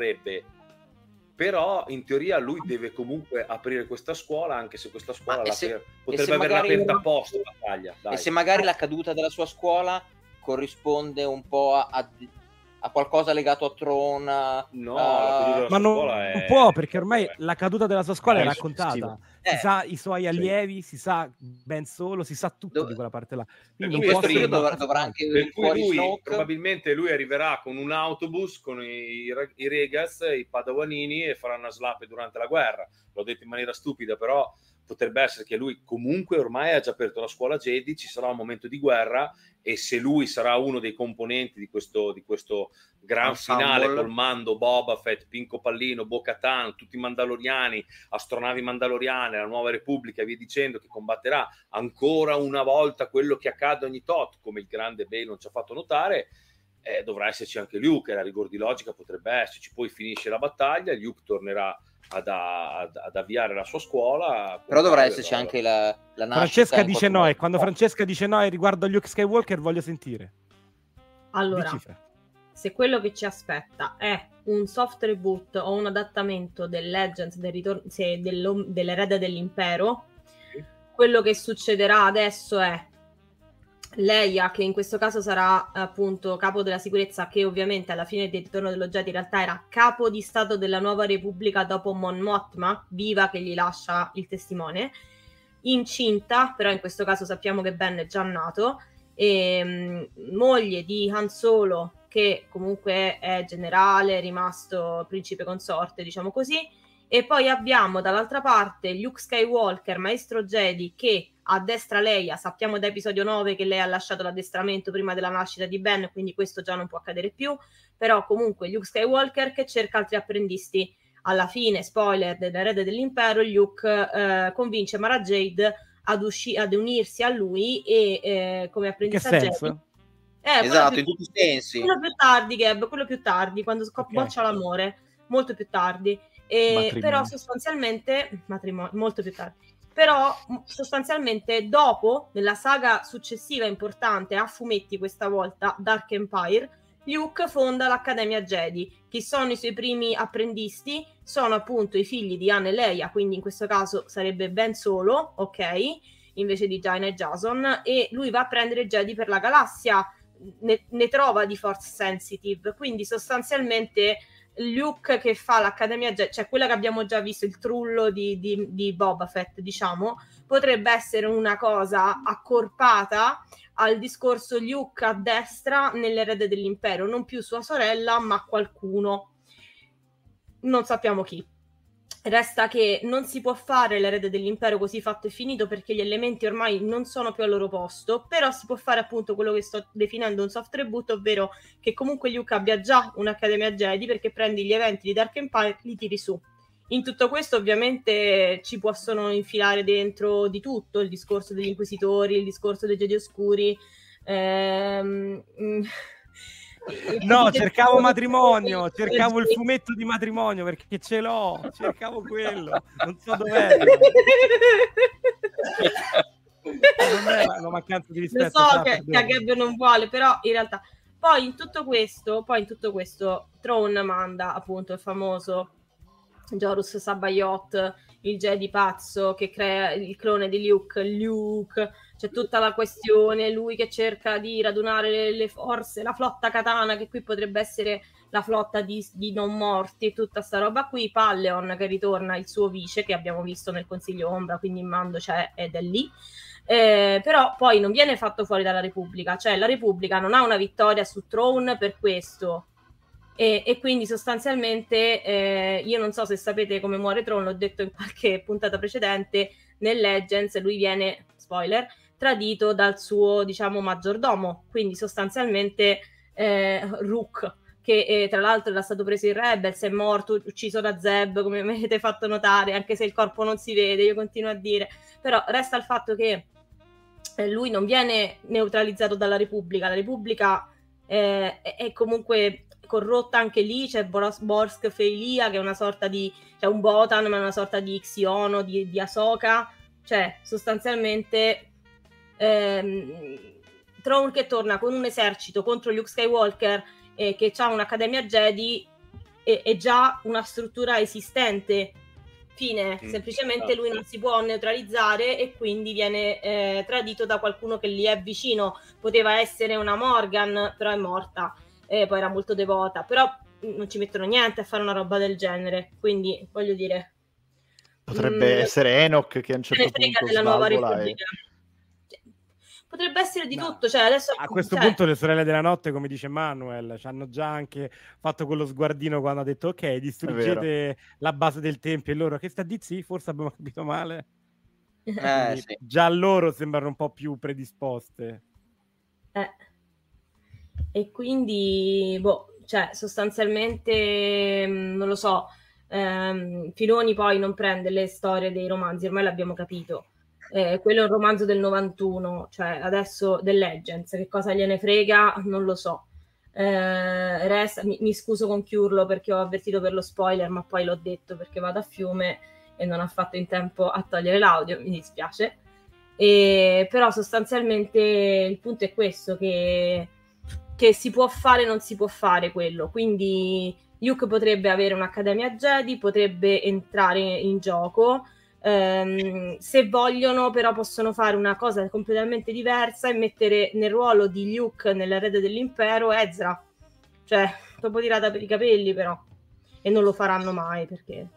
però in teoria lui deve comunque aprire questa scuola, anche se questa scuola potrebbe averla aperta apposta battaglia. Dai. E se magari la caduta della sua scuola corrisponde un po' a qualcosa legato a Thrawn, ma non può, perché ormai la caduta della sua scuola è raccontata. Si sa i suoi allievi, si sa Ben Solo, si sa tutto di quella parte là. Quindi in questo periodo dovrà anche probabilmente lui arriverà con un autobus con i Regas, i Padawanini, e farà una slap durante la guerra. L'ho detto in maniera stupida, però potrebbe essere che lui comunque ormai ha già aperto la scuola Jedi, ci sarà un momento di guerra, e se lui sarà uno dei componenti di questo gran finale col Mando, Boba Fett, Pinco Pallino, Bo-Katan, tutti i Mandaloriani, astronavi mandaloriane, la Nuova Repubblica e via dicendo, che combatterà ancora una volta quello che accade ogni tot, come il grande Balon ci ha fatto notare, dovrà esserci anche Luke, e la rigor di logica potrebbe esserci. Poi finisce la battaglia, Luke tornerà ad avviare la sua scuola, però dovrà esserci anche la nascita. Francesca dice no, e quando Francesca dice no e riguardo a Luke Skywalker voglio sentire. Allora, se quello che ci aspetta è un soft reboot o un adattamento del Legends dell'erede dell'impero, quello che succederà adesso è Leia, che in questo caso sarà appunto capo della sicurezza, che ovviamente alla fine del Ritorno dello Jedi in realtà era capo di stato della Nuova Repubblica dopo Mon Mothma, viva, che gli lascia il testimone, incinta, però in questo caso sappiamo che Ben è già nato, moglie di Han Solo, che comunque è generale, è rimasto principe consorte, diciamo così, e poi abbiamo dall'altra parte Luke Skywalker, maestro Jedi, che addestra Leia. Sappiamo da episodio 9 che lei ha lasciato l'addestramento prima della nascita di Ben, quindi questo già non può accadere più, però comunque Luke Skywalker che cerca altri apprendisti. Alla fine, spoiler, dell'erede dell'impero, Luke convince Mara Jade ad unirsi a lui e come apprendista Che Jedi. senso? Esatto, in tutti i sensi. Quello più tardi, Gab, quello più tardi, quando boccia l'amore, molto più tardi. Però sostanzialmente, molto più tardi. Però sostanzialmente dopo, nella saga successiva importante, a fumetti questa volta, Dark Empire, Luke fonda l'Accademia Jedi. Chi sono i suoi primi apprendisti? Sono appunto i figli di Han e Leia, quindi in questo caso sarebbe Ben Solo, ok, invece di Jaina e Jason, e lui va a prendere Jedi per la galassia, ne trova di force sensitive, quindi sostanzialmente Luke che fa l'Accademia Jedi, cioè quella che abbiamo già visto, il trullo di Boba Fett, diciamo, potrebbe essere una cosa accorpata al discorso Luke a destra nell'erede dell'impero, non più sua sorella ma qualcuno, non sappiamo chi. Resta che non si può fare l'erede dell'impero così fatto e finito, perché gli elementi ormai non sono più al loro posto, però si può fare appunto quello che sto definendo un soft reboot, ovvero che comunque Luke abbia già un'Accademia Jedi, perché prendi gli eventi di Dark Empire, li tiri su. In tutto questo ovviamente ci possono infilare dentro di tutto, il discorso degli Inquisitori, il discorso dei Jedi Oscuri, no, cercavo matrimonio, cercavo il fumetto di matrimonio perché ce l'ho, cercavo quello, non so dov'è. Non è una mancanza di rispetto. Lo so che Gab non vuole, però in realtà poi in tutto questo Thrawn manda appunto il famoso Jorus Sabayot, il Jedi pazzo che crea il clone di Luke, c'è tutta la questione, lui che cerca di radunare le forze, la flotta Katana, che qui potrebbe essere la flotta di non morti, tutta sta roba qui, Palleon che ritorna, il suo vice, che abbiamo visto nel Consiglio Ombra, quindi in mando c'è ed è lì. Però poi non viene fatto fuori dalla Repubblica, cioè la Repubblica non ha una vittoria su Thrawn per questo. E quindi sostanzialmente io non so se sapete come muore Thrawn, l'ho detto in qualche puntata precedente, nel Legends lui viene, spoiler, tradito dal suo, diciamo, maggiordomo, quindi sostanzialmente Rook, che tra l'altro era stato preso in Rebels, è morto, ucciso da Zeb, come mi avete fatto notare, anche se il corpo non si vede, io continuo a dire, però resta il fatto che lui non viene neutralizzato dalla Repubblica, la Repubblica è comunque corrotta anche lì, c'è Borsk Fey'lya che è una sorta di, c'è un Botan ma è una sorta di Xiono, di Ahsoka, cioè sostanzialmente Thrawn che torna con un esercito contro Luke Skywalker che ha un'Accademia Jedi è già una struttura esistente, fine, semplicemente lui non si può neutralizzare e quindi viene tradito da qualcuno che gli è vicino, poteva essere una Morgan, però è morta. Poi era molto devota, però non ci mettono niente a fare una roba del genere, quindi voglio dire potrebbe essere Enoch che a un certo punto della nuova Repubblica. Potrebbe essere di tutto, cioè adesso a questo punto le sorelle della notte, come dice Manuel, ci hanno già anche fatto quello sguardino quando ha detto ok, distruggete la base del tempio, e loro che sta di sì, forse abbiamo capito male. Sì. Già loro sembrano un po' più predisposte. E quindi cioè sostanzialmente non lo so, Filoni poi non prende le storie dei romanzi, ormai l'abbiamo capito, quello è un romanzo del 91, cioè adesso del Legends, che cosa gliene frega non lo so. Mi scuso con Chiurlo perché ho avvertito per lo spoiler, ma poi l'ho detto perché vado a fiume e non ha fatto in tempo a togliere l'audio, mi dispiace. Però sostanzialmente il punto è questo, che si può fare, non si può fare quello, quindi Luke potrebbe avere un'Accademia Jedi, potrebbe entrare in gioco, se vogliono però possono fare una cosa completamente diversa e mettere nel ruolo di Luke nell'erede dell'impero Ezra, cioè proprio tirata per i capelli, però, e non lo faranno mai perché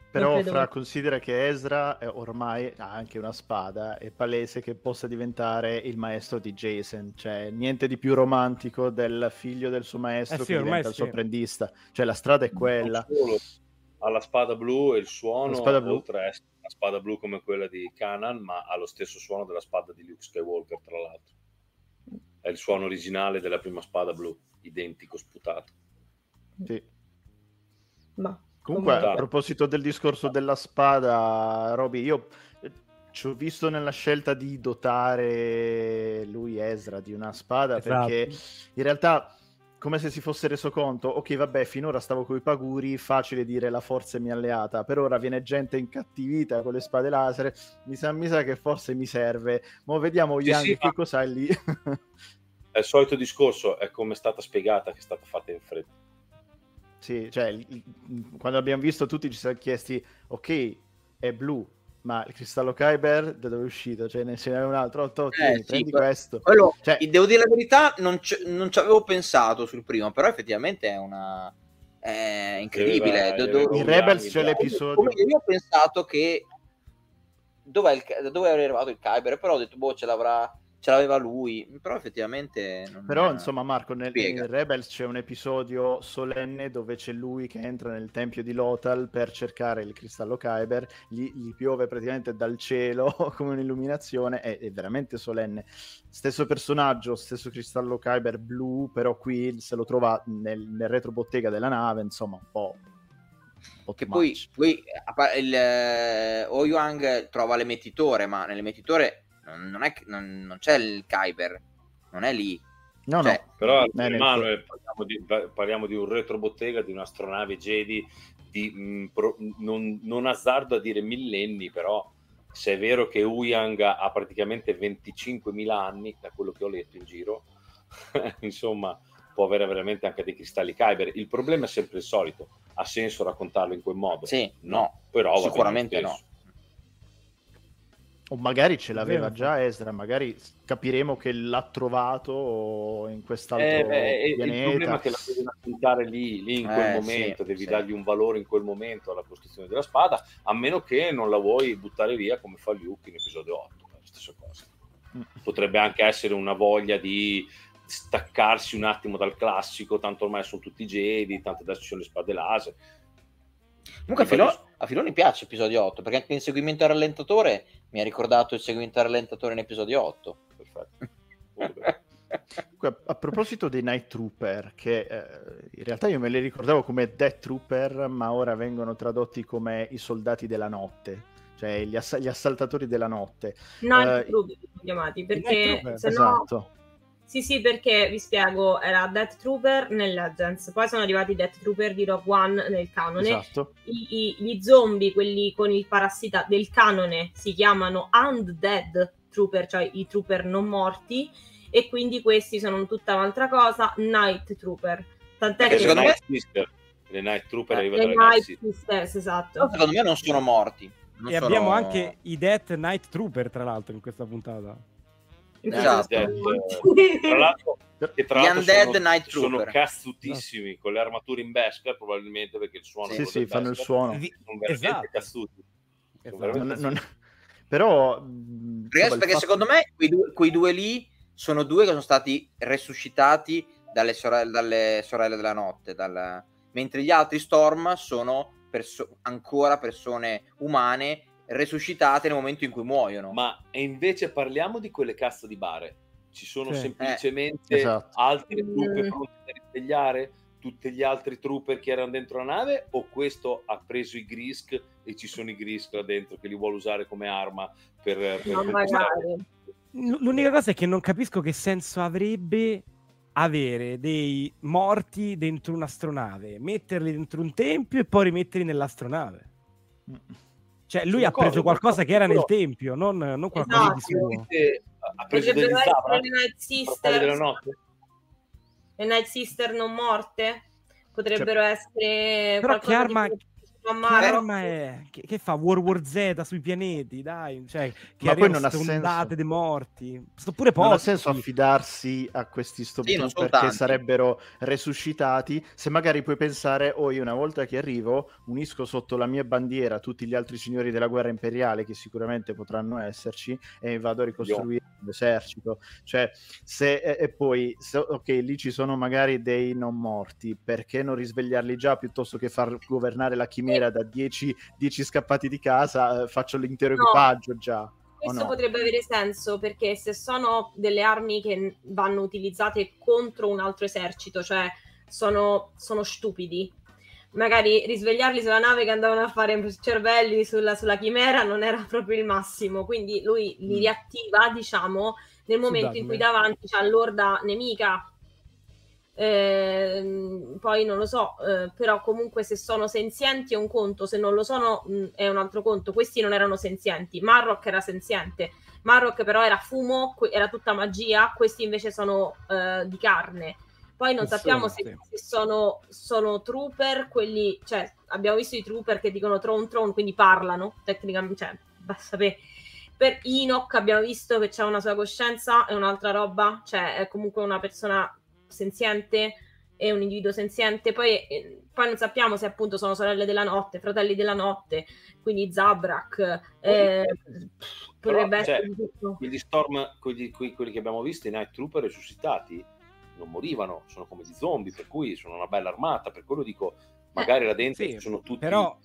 Però Fra considera che Ezra ormai ha anche una spada, è palese che possa diventare il maestro di Jason, cioè niente di più romantico del figlio del suo maestro che diventa il suo apprendista, cioè la strada è quella. Non solo, ha la spada blu e il suono, oltre a essere una spada blu come quella di Kanan, ma ha lo stesso suono della spada di Luke Skywalker, tra l'altro. È il suono originale della prima spada blu, identico, sputato. Sì. Ma comunque, a proposito del discorso della spada, Roby, io ci ho visto nella scelta di dotare lui, Ezra, di una spada, perché in realtà, come se si fosse reso conto, ok, vabbè, finora stavo con i Paguri, facile dire la forza è mia alleata, per ora viene gente incattivita con le spade laser, mi sa che forse mi serve, ma vediamo Young che cos'hai lì. È il solito discorso, è come è stata spiegata, che è stata fatta in fretta. Sì, cioè, quando abbiamo visto tutti ci siamo chiesti, ok, è blu, ma il cristallo Kyber da dove è uscito? Cioè, ne c'è un altro, prendi questo. Quello, cioè, devo dire la verità, non ci avevo pensato sul primo, però effettivamente è incredibile. In Rebels c'è l'episodio. Io ho pensato che da dove era arrivato il Kyber, però ho detto, boh, ce l'aveva lui, però effettivamente non però insomma Marco nel Rebels c'è un episodio solenne dove c'è lui che entra nel tempio di Lothal per cercare il cristallo Kyber, gli piove praticamente dal cielo come un'illuminazione, è veramente solenne, stesso personaggio, stesso cristallo Kyber blu, però qui se lo trova nel retrobottega della nave, insomma un po' che poi Ouyang trova l'emettitore, ma nell'emettitore non c'è il Kyber, non è lì. No. Però Emanuele, parliamo di un retrobottega di un'astronave Jedi non azzardo a dire millenni, però se è vero che Ouyang ha praticamente 25.000 anni, da quello che ho letto in giro, insomma può avere veramente anche dei cristalli Kyber. Il problema è sempre il solito: ha senso raccontarlo in quel modo? Sì, no, però sicuramente no. O magari ce l'aveva già Ezra, magari capiremo che l'ha trovato in quest'altro pianeta. Il problema è che la devi raccontare lì in quel momento, devi dargli un valore in quel momento alla costruzione della spada, a meno che non la vuoi buttare via come fa Luke in episodio 8, la stessa cosa. Potrebbe anche essere una voglia di staccarsi un attimo dal classico, tanto ormai sono tutti Jedi, tanto adesso ci sono le spade laser. Comunque a Filoni piace episodio 8, perché anche l'inseguimento al rallentatore mi ha ricordato il seguimento al rallentatore in episodio 8. Perfetto. A proposito dei Night Trooper, che in realtà io me li ricordavo come Death Trooper, ma ora vengono tradotti come i soldati della notte, cioè gli assaltatori della notte. Night Trooper chiamati, perché se no... Esatto. Sì, perché vi spiego, era Death Trooper nel Legends, poi sono arrivati Death Trooper di Rogue One nel canone. Esatto. Gli zombie, quelli con il parassita del canone, si chiamano Undead Trooper, cioè i trooper non morti, e quindi questi sono tutta un'altra cosa, Night Trooper. Tant'è che secondo me le Night Trooper arrivano dalle Night Sisters, esatto. Secondo me non sono morti. Abbiamo anche i Death Night Trooper, tra l'altro, in questa puntata. Esatto. Tra l'altro gli Undead Night Trooper sono cazzutissimi con le armature in Beskar, probabilmente perché il suono sì, fanno il suono, sono veramente cazzuti. Però perché secondo me quei due lì sono due che sono stati resuscitati dalle sorelle della notte, mentre gli altri Storm sono ancora persone umane resuscitate nel momento in cui muoiono. Ma e invece parliamo di quelle cazzo di bare. Ci sono semplicemente altre truppe pronte a risvegliare tutti gli altri trooper che erano dentro la nave, o questo ha preso i Grisk e ci sono i Grisk là dentro che li vuole usare come arma per L'unica cosa è che non capisco che senso avrebbe avere dei morti dentro un'astronave, metterli dentro un tempio e poi rimetterli nell'astronave. Cioè lui ha preso qualcosa che era nel tempio, non qualcosa di suo. Ha preso degli le Night Sister della notte. Le Night Sister non morte potrebbero essere. Però che arma Che fa World War Z sui pianeti, dai, cioè, che ma poi non ha stondate senso dei morti. Sto pure non ha pochi. senso affidarsi a questi Stormtrooper che tanti. sarebbero resuscitati, se magari puoi pensare, oh, io una volta che arrivo unisco sotto la mia bandiera tutti gli altri signori della guerra imperiale che sicuramente potranno esserci e vado a ricostruire l'esercito, cioè e poi ok, lì ci sono magari dei non morti, perché non risvegliarli già piuttosto che far governare la chimera da 10 scappati di casa, faccio l'intero equipaggio già. Questo potrebbe avere senso, perché se sono delle armi che vanno utilizzate contro un altro esercito, cioè sono stupidi, magari risvegliarli sulla nave che andavano a fare cervelli sulla chimera non era proprio il massimo, quindi lui li riattiva, diciamo, nel momento in cui davanti c'ha l'orda nemica. Poi non lo so, però comunque se sono senzienti è un conto, se non lo sono è un altro conto. Questi non erano senzienti, Marrock era senziente, Marrock però era fumo, era tutta magia, questi invece sono di carne. Poi non sappiamo se sono trooper, quelli, cioè abbiamo visto i trooper che dicono Tron, quindi parlano tecnicamente, cioè basta sapere. Per Enoch abbiamo visto che c'è una sua coscienza, è un'altra roba, cioè è comunque una persona senziente, è un individuo senziente. Poi non sappiamo se appunto sono sorelle della notte, fratelli della notte, quindi Zabrak, potrebbe essere tutto. Quegli Storm, quelli che abbiamo visto, i Night Trooper resuscitati non morivano, sono come gli zombie, per cui sono una bella armata, per quello dico magari là dentro sono tutti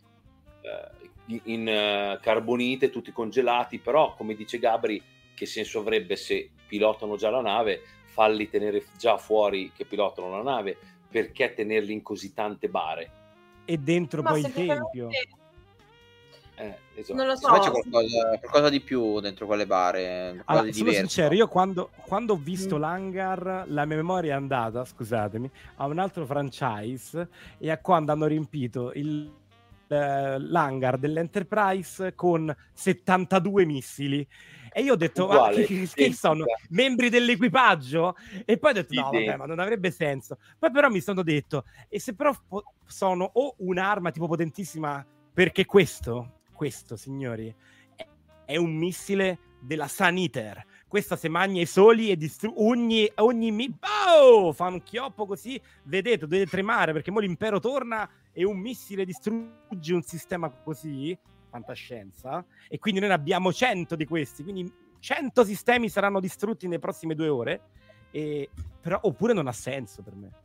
in carbonite, tutti congelati, però come dice Gabri, che senso avrebbe se pilotano già la nave? Falli tenere già fuori che pilotano la nave, perché tenerli in così tante bare? E dentro poi il tempio. Esatto. Non lo so. C'è qualcosa di più dentro quelle bare, allora, sono sincero, io quando ho visto l'hangar, la mia memoria è andata, scusatemi, a un altro franchise e a quando hanno riempito l'hangar dell'Enterprise con 72 missili. E io ho detto, ma che sono membri dell'equipaggio? E poi ho detto, no, vabbè, ma non avrebbe senso. Poi però mi sono detto, e se però sono o un'arma tipo potentissima, perché questo, signori, è un missile della Sun Eater. Questa se magna i soli e ogni fa un chioppo così, vedete, dovete tremare, perché mo l'impero torna e un missile distrugge un sistema così, fantascienza, e quindi noi ne abbiamo 100 di questi, quindi 100 sistemi saranno distrutti nelle prossime 2 ore, però oppure non ha senso per me.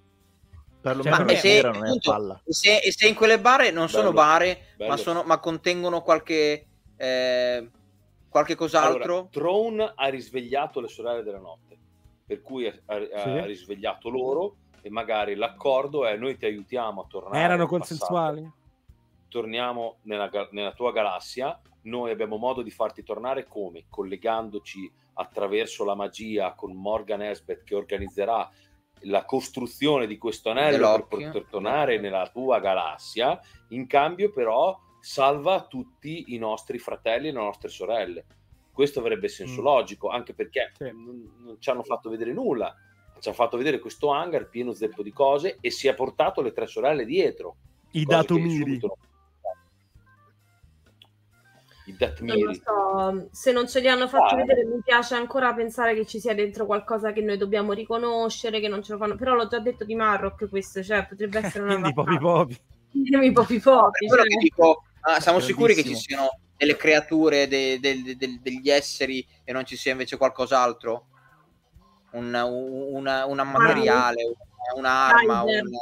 Se in quelle bare non sono bare, ma contengono qualche cos'altro. Allora, Throne ha risvegliato le sorelle della notte, per cui ha risvegliato loro, e magari l'accordo è: noi ti aiutiamo a tornare. Erano consensuali? Torniamo nella tua galassia, noi abbiamo modo di farti tornare come? Collegandoci attraverso la magia con Morgan Elsbeth, che organizzerà la costruzione di questo anello per poter tornare nella tua galassia. In cambio però salva tutti i nostri fratelli e le nostre sorelle. Questo avrebbe senso logico, anche perché non ci hanno fatto vedere nulla, ci hanno fatto vedere questo hangar pieno zeppo di cose e si è portato le 3 sorelle dietro, i Datumiri. Non lo so, se non ce li hanno fatti vedere mi piace ancora pensare che ci sia dentro qualcosa che noi dobbiamo riconoscere, che non ce lo fanno, però l'ho già detto di Marrock questo, cioè potrebbe essere una quindi popi quello che dico, siamo sicuri che ci siano delle creature, degli esseri, e non ci sia invece qualcos'altro, un materiale, un'arma,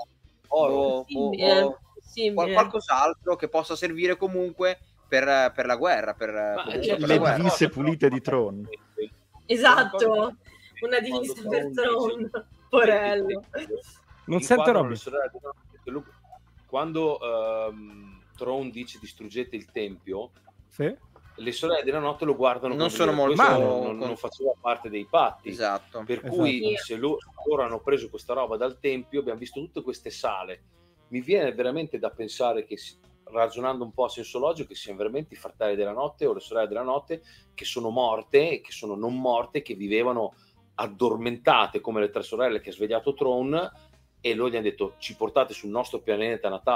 qualcos'altro che possa servire comunque per la guerra, per le divise pulite di Tron. Esatto, una divisa per Tron, porello. Non sento roba. Quando Tron dice distruggete il tempio, le sorelle della notte lo guardano, non sono molto non faceva parte dei patti, esatto, per cui se loro hanno preso questa roba dal tempio, abbiamo visto tutte queste sale, mi viene veramente da pensare che, ragionando un po' a senso logico, che siano veramente i fratelli della notte o le sorelle della notte che sono morte, che sono non morte, che vivevano addormentate come le 3 sorelle che ha svegliato Tron, e loro gli hanno detto: ci portate sul nostro pianeta natale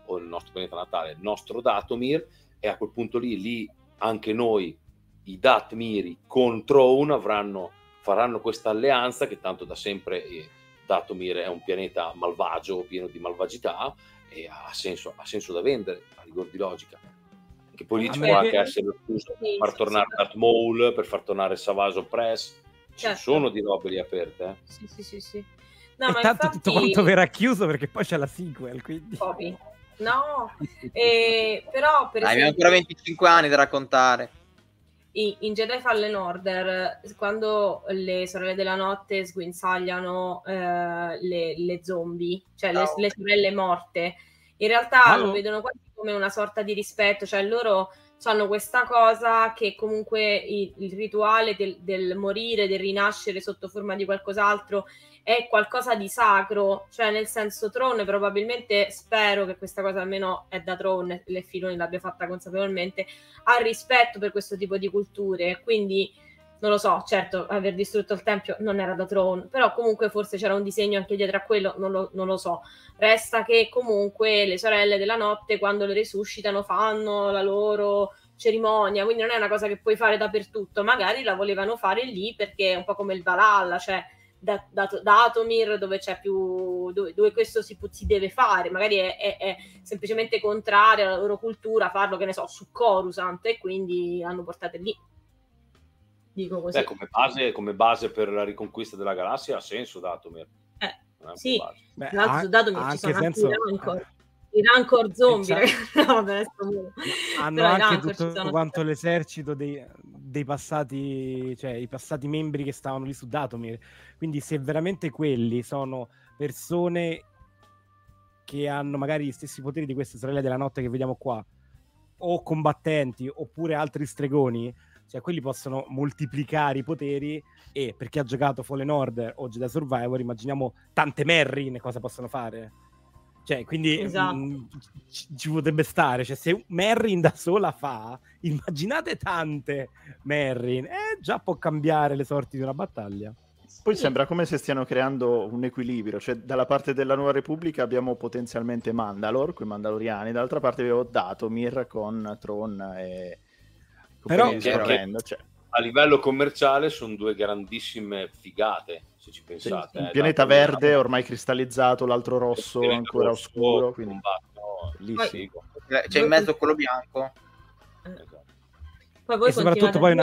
o il nostro pianeta natale, il nostro Dathomir, e a quel punto lì anche noi, i Dathmiri con Throne, faranno questa alleanza, che tanto da sempre Dathomir è un pianeta malvagio, pieno di malvagità, e ha senso da vendere, a rigor di logica. Che poi lì ci può anche essere scusa per far tornare Darth Maul, per far tornare Savage Opress, ci sono di robe lì aperte. Sì. No, e ma tanto infatti... tutto quanto verrà chiuso, perché poi c'è la sequel, quindi... No, però per esempio... Abbiamo ancora 25 anni da raccontare. In Jedi Fallen Order, quando le sorelle della notte sguinzagliano le zombie, cioè le sorelle morte, in realtà lo vedono quasi come una sorta di rispetto, cioè loro hanno questa cosa che comunque il rituale del morire, del rinascere sotto forma di qualcos'altro è qualcosa di sacro, cioè nel senso Throne probabilmente, spero che questa cosa almeno è da Throne, le Filoni l'abbia fatta consapevolmente, ha rispetto per questo tipo di culture, quindi non lo so, certo aver distrutto il tempio non era da Throne, però comunque forse c'era un disegno anche dietro a quello, non lo so. Resta che comunque le sorelle della notte quando le resuscitano fanno la loro cerimonia, quindi non è una cosa che puoi fare dappertutto, magari la volevano fare lì perché è un po' come il Valhalla, cioè da Dathomir, dove c'è più dove questo si deve fare, magari è semplicemente contrario alla loro cultura farlo, che ne so, su Coruscant, e quindi hanno portato lì. Dico così. Come base per la riconquista della galassia ha senso Dathomir. Sì, su Dathomir ci sono anche i Rancor zombie, hanno anche tutto quanto l'esercito dei passati, cioè i passati membri che stavano lì su Dathomir, quindi se veramente quelli sono persone che hanno magari gli stessi poteri di queste sorelle della notte che vediamo qua, o combattenti oppure altri stregoni, cioè quelli possono moltiplicare i poteri, e per chi ha giocato Fallen Order o Jedi Survivor immaginiamo tante Merrin cosa possono fare. Cioè, quindi ci potrebbe stare. Cioè, se Merrin da sola immaginate tante Merrin, già può cambiare le sorti di una battaglia. Poi sembra come se stiano creando un equilibrio. Cioè, dalla parte della Nuova Repubblica abbiamo potenzialmente Mandalore, con i Mandaloriani, dall'altra parte abbiamo Dathomir con Throne e... Però cioè, a livello commerciale sono due grandissime figate, se ci pensate. Il pianeta verde ormai cristallizzato, l'altro rosso ancora oscuro, quindi bellissimo. C'è in mezzo quello bianco. Poi voi soprattutto poi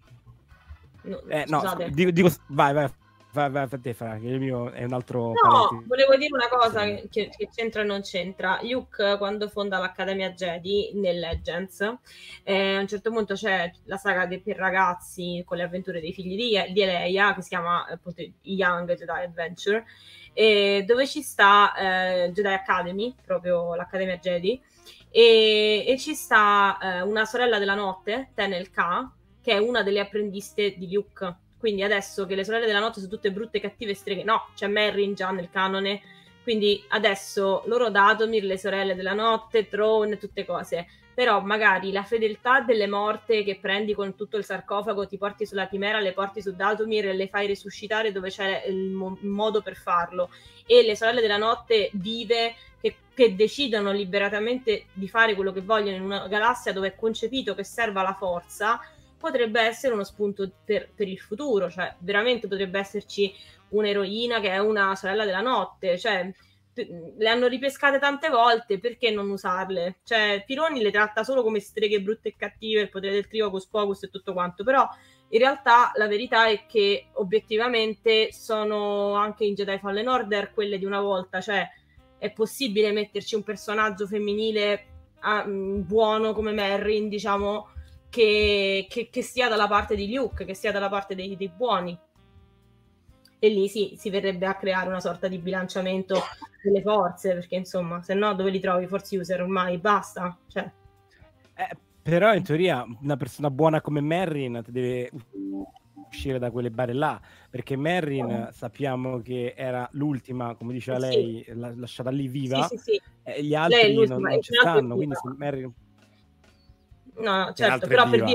dico vai te, Fra, che il mio è un altro volevo dire una cosa che c'entra e non c'entra. Luke, quando fonda l'Accademia Jedi nel Legends, a un certo punto c'è la saga per ragazzi con le avventure dei figli di Leia, che si chiama appunto Young Jedi Adventure, dove ci sta Jedi Academy, proprio l'Accademia Jedi, e ci sta una sorella della notte, Tenel Ka, che è una delle apprendiste di Luke. Quindi adesso che le sorelle della notte sono tutte brutte, cattive streghe, no, c'è Merrin già nel canone, quindi adesso loro Dathomir, le sorelle della notte, Throne, tutte cose. Però magari la fedeltà delle morte che prendi con tutto il sarcofago, ti porti sulla Chimera, le porti su Dathomir e le fai resuscitare dove c'è il modo per farlo. E le sorelle della notte vive che decidono liberatamente di fare quello che vogliono in una galassia dove è concepito che serva la forza, potrebbe essere uno spunto per il futuro, cioè veramente potrebbe esserci un'eroina che è una sorella della notte, cioè le hanno ripescate tante volte, perché non usarle? Cioè Filoni le tratta solo come streghe brutte e cattive, il potere del trio, Hocus Pocus e tutto quanto, però in realtà la verità è che obiettivamente sono anche in Jedi Fallen Order quelle di una volta, cioè è possibile metterci un personaggio femminile buono come Merrin, diciamo, che stia dalla parte di Luke, che stia dalla parte dei buoni, e lì si verrebbe a creare una sorta di bilanciamento delle forze, perché insomma, se no dove li trovi Force user ormai? Basta, cioè. Però in teoria una persona buona come Merrin deve uscire da quelle bare là, perché Merrin sappiamo che era l'ultima, come diceva lei, lasciata lì viva, e gli altri non ci stanno, quindi se Merrin... No, certo, però per dire,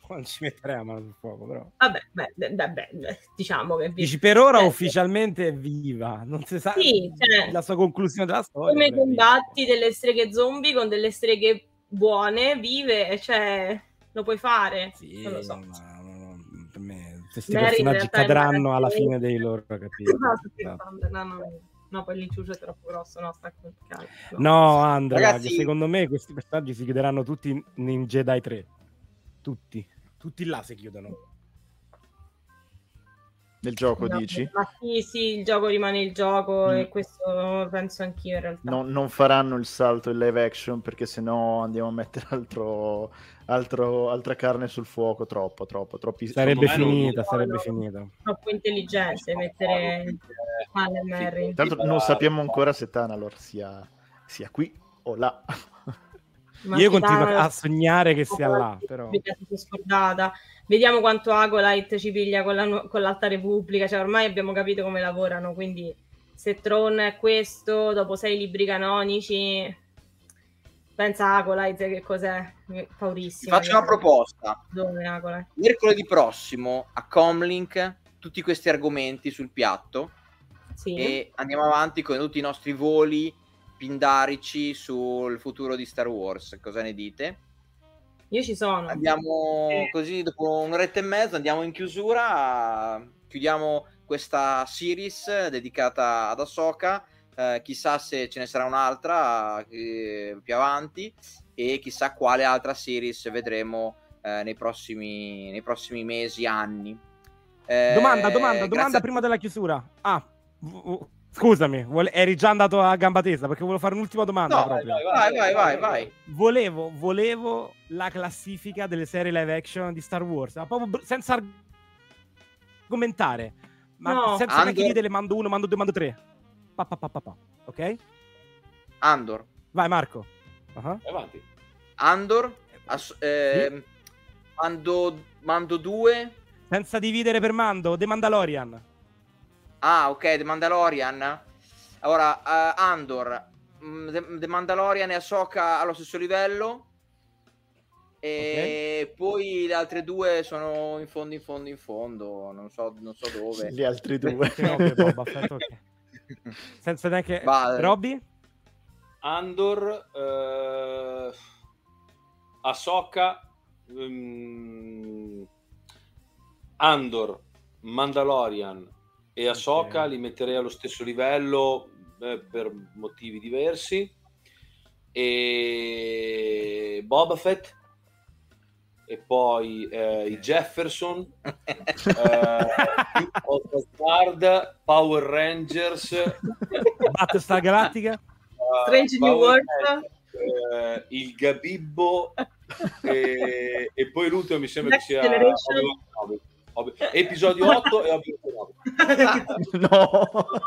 non ci metterei la mano sul fuoco, però. Vabbè, diciamo che... Dici, per ora ufficialmente è viva, non si sa la sua conclusione della storia. Come combatti delle streghe zombie con delle streghe buone, vive, cioè, lo puoi fare? Sì, non lo so. Per me questi personaggi cadranno alla fine dei loro capitoli. No, poi l'inciucio è troppo grosso, no, sta complicato. No, Andrea, ragazzi, secondo me questi personaggi si chiuderanno tutti in Jedi 3. Tutti là si chiudono. Nel gioco, dici? Ma sì, il gioco rimane il gioco e questo penso anch'io in realtà. Non faranno il salto in live action perché sennò andiamo a mettere altra carne sul fuoco, troppi. Sarebbe finita. Troppo intelligente mettere Tana e Merry. Tanto non sappiamo ancora se Tanalor sia qui o là. Io continuo a sognare che sia là, però. Scordata. Vediamo quanto Acolyte ci piglia con l'Alta Repubblica, cioè ormai abbiamo capito come lavorano, quindi se Tron è questo, dopo 6 libri canonici, pensa Acolyte che cos'è? Paurissimo. Faccio una proposta. Dove Acolyte? Mercoledì prossimo a Comlink tutti questi argomenti sul piatto e andiamo avanti con tutti i nostri voli pindarici sul futuro di Star Wars. Cosa ne dite? Io ci sono. Andiamo così dopo un'oretta e mezza, andiamo in chiusura, chiudiamo questa series dedicata ad Ahsoka, chissà se ce ne sarà un'altra più avanti e chissà quale altra series vedremo nei prossimi mesi, anni. Domanda prima della chiusura. Scusami, eri già andato a gamba tesa perché volevo fare un'ultima domanda. No, proprio. Vai. Volevo la classifica delle serie live action di Star Wars, ma proprio senza argomentare, ma senza neanche dire mando 1, mando 2, mando 3. Ok? Andor. Vai Marco. Avanti. Andor. Mando 2. Senza dividere per mando. The Mandalorian. Ok, The Mandalorian. Allora, Andor, The Mandalorian e Ahsoka allo stesso livello. E poi le altre due sono in fondo. Non so dove. Gli altri due. Senza neanche... Robby? Andor, Ahsoka, Andor, Mandalorian e Ahsoka li metterei allo stesso livello per motivi diversi, e Boba Fett e poi i Jefferson, Guard, Power Rangers, Battlestar Galactica, Strange New World, il Gabibbo e poi l'ultimo mi sembra che sia episodio 8 e no.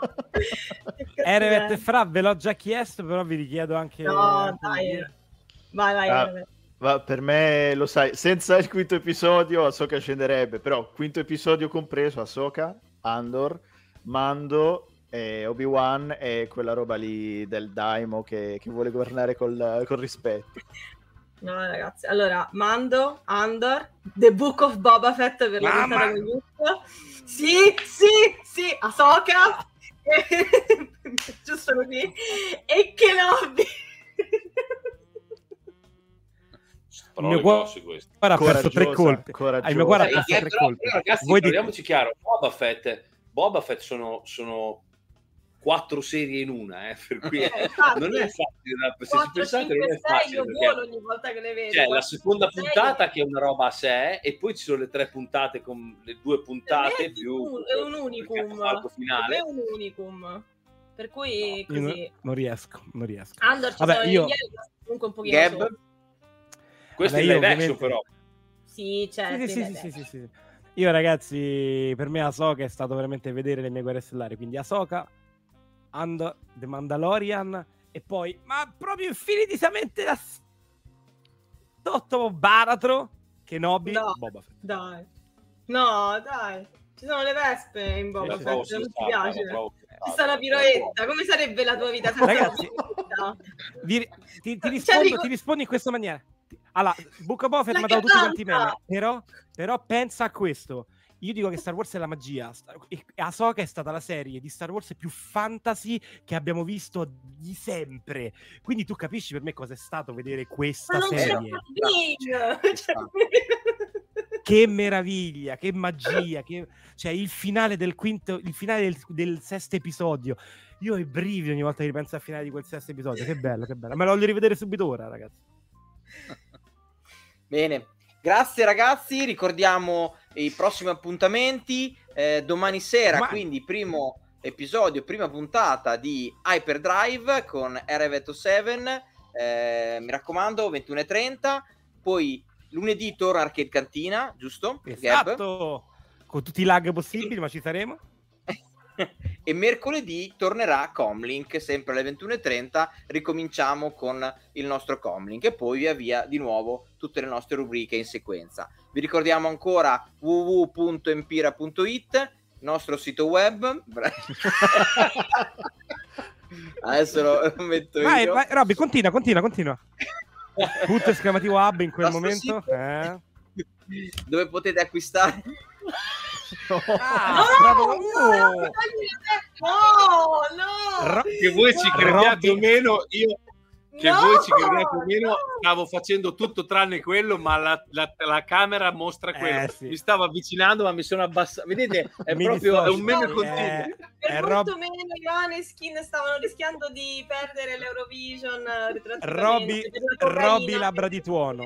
Eret Fra, ve l'ho già chiesto, però vi richiedo anche... No, dai. Vai. Ma per me, lo sai, senza il quinto episodio Ahsoka scenderebbe, però quinto episodio compreso, Ahsoka, Andor, Mando, Obi-Wan e quella roba lì del Daimo che vuole governare col rispetto. No ragazzi, allora Mando, Andor, The Book of Boba Fett per la puntata con Luke. Sì, Ahsoka giusto così, e Kenobi. Il mio cuore ha perso 3 colpi. Il mio cuore ha perso 3 colpi. Ragazzi, parliamoci chiaro, Boba Fett sono 4 serie in una, per cui non è facile. Se ci pensate, non è facile. Io vuolo ogni volta che le vedo. C'è la seconda puntata che è una roba a sé, e poi ci sono le 3 puntate con le 2 puntate più. È un unicum. Finale. È un unicum. Per cui così. Non riesco. Andor, comunque un pochino Gab. Questo è live action, però. Sì, certo. Sì. Io ragazzi, per me Ahsoka è stato veramente vedere le mie guerre stellari, quindi Ahsoka, Andor, The Mandalorian e poi, ma proprio infinitamente sotto Baratro, Kenobi, Boba Fett. Dai. No, dai. Ci sono le vespe in Boba Fett, non ti piace? Ci sta la piroetta. Come sarebbe la tua vita senza ragazzi, ti rispondo in questa maniera. Allora, Book of Boba Fett mi ha dato tutti quanti meme, però pensa a questo. Io dico che Star Wars è la magia. Ahsoka è stata la serie di Star Wars più fantasy che abbiamo visto di sempre. Quindi tu capisci per me cosa è stato vedere questa serie. Che meraviglia, che magia, cioè il finale del del sesto episodio. Io ho i brividi ogni volta che ripenso al finale di quel sesto episodio. Che bello, che bello. Me lo voglio rivedere subito ora, ragazzi. Bene. Grazie ragazzi, ricordiamo i prossimi appuntamenti domani sera, quindi primo episodio, prima puntata di Hyperdrive con Revetto 7, mi raccomando 21:30, poi lunedì torna Arcade Cantina, giusto? Esatto, con tutti i lag possibili, ma ci saremo. E mercoledì tornerà Comlink sempre alle 21:30, ricominciamo con il nostro Comlink e poi via via di nuovo tutte le nostre rubriche in sequenza. Vi ricordiamo ancora www.empira.it, nostro sito web. Adesso lo metto io. Vai, Robby, continua. Punto esclamativo hub in quel momento. Dove potete acquistare No! Che voi ci crediate o meno, stavo facendo tutto tranne quello, ma la camera mostra quello. Sì. Mi stavo avvicinando, ma mi sono abbassato. Vedete, è proprio un meme continuo. Per molto meno i Maneskin stavano rischiando di perdere l'Eurovision. Robby Labbra di Tuono.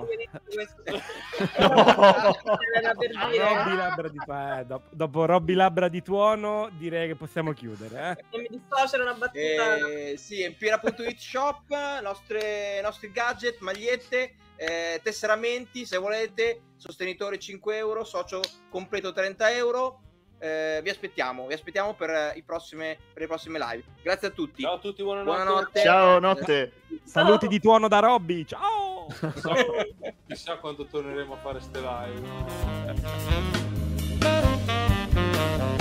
Dopo Robby Labbra di Tuono direi che possiamo chiudere. E mi disfacere una battuta. Sì, Empira.it shop, nostri gadget, magliette, tesseramenti se volete, sostenitori 5 euro, socio completo 30 euro. Vi aspettiamo per le prossime live. Grazie a tutti. Ciao a tutti, buonanotte. Ciao, notte. Saluti di Tuono da Robby. Ciao. Chissà quando torneremo a fare ste live.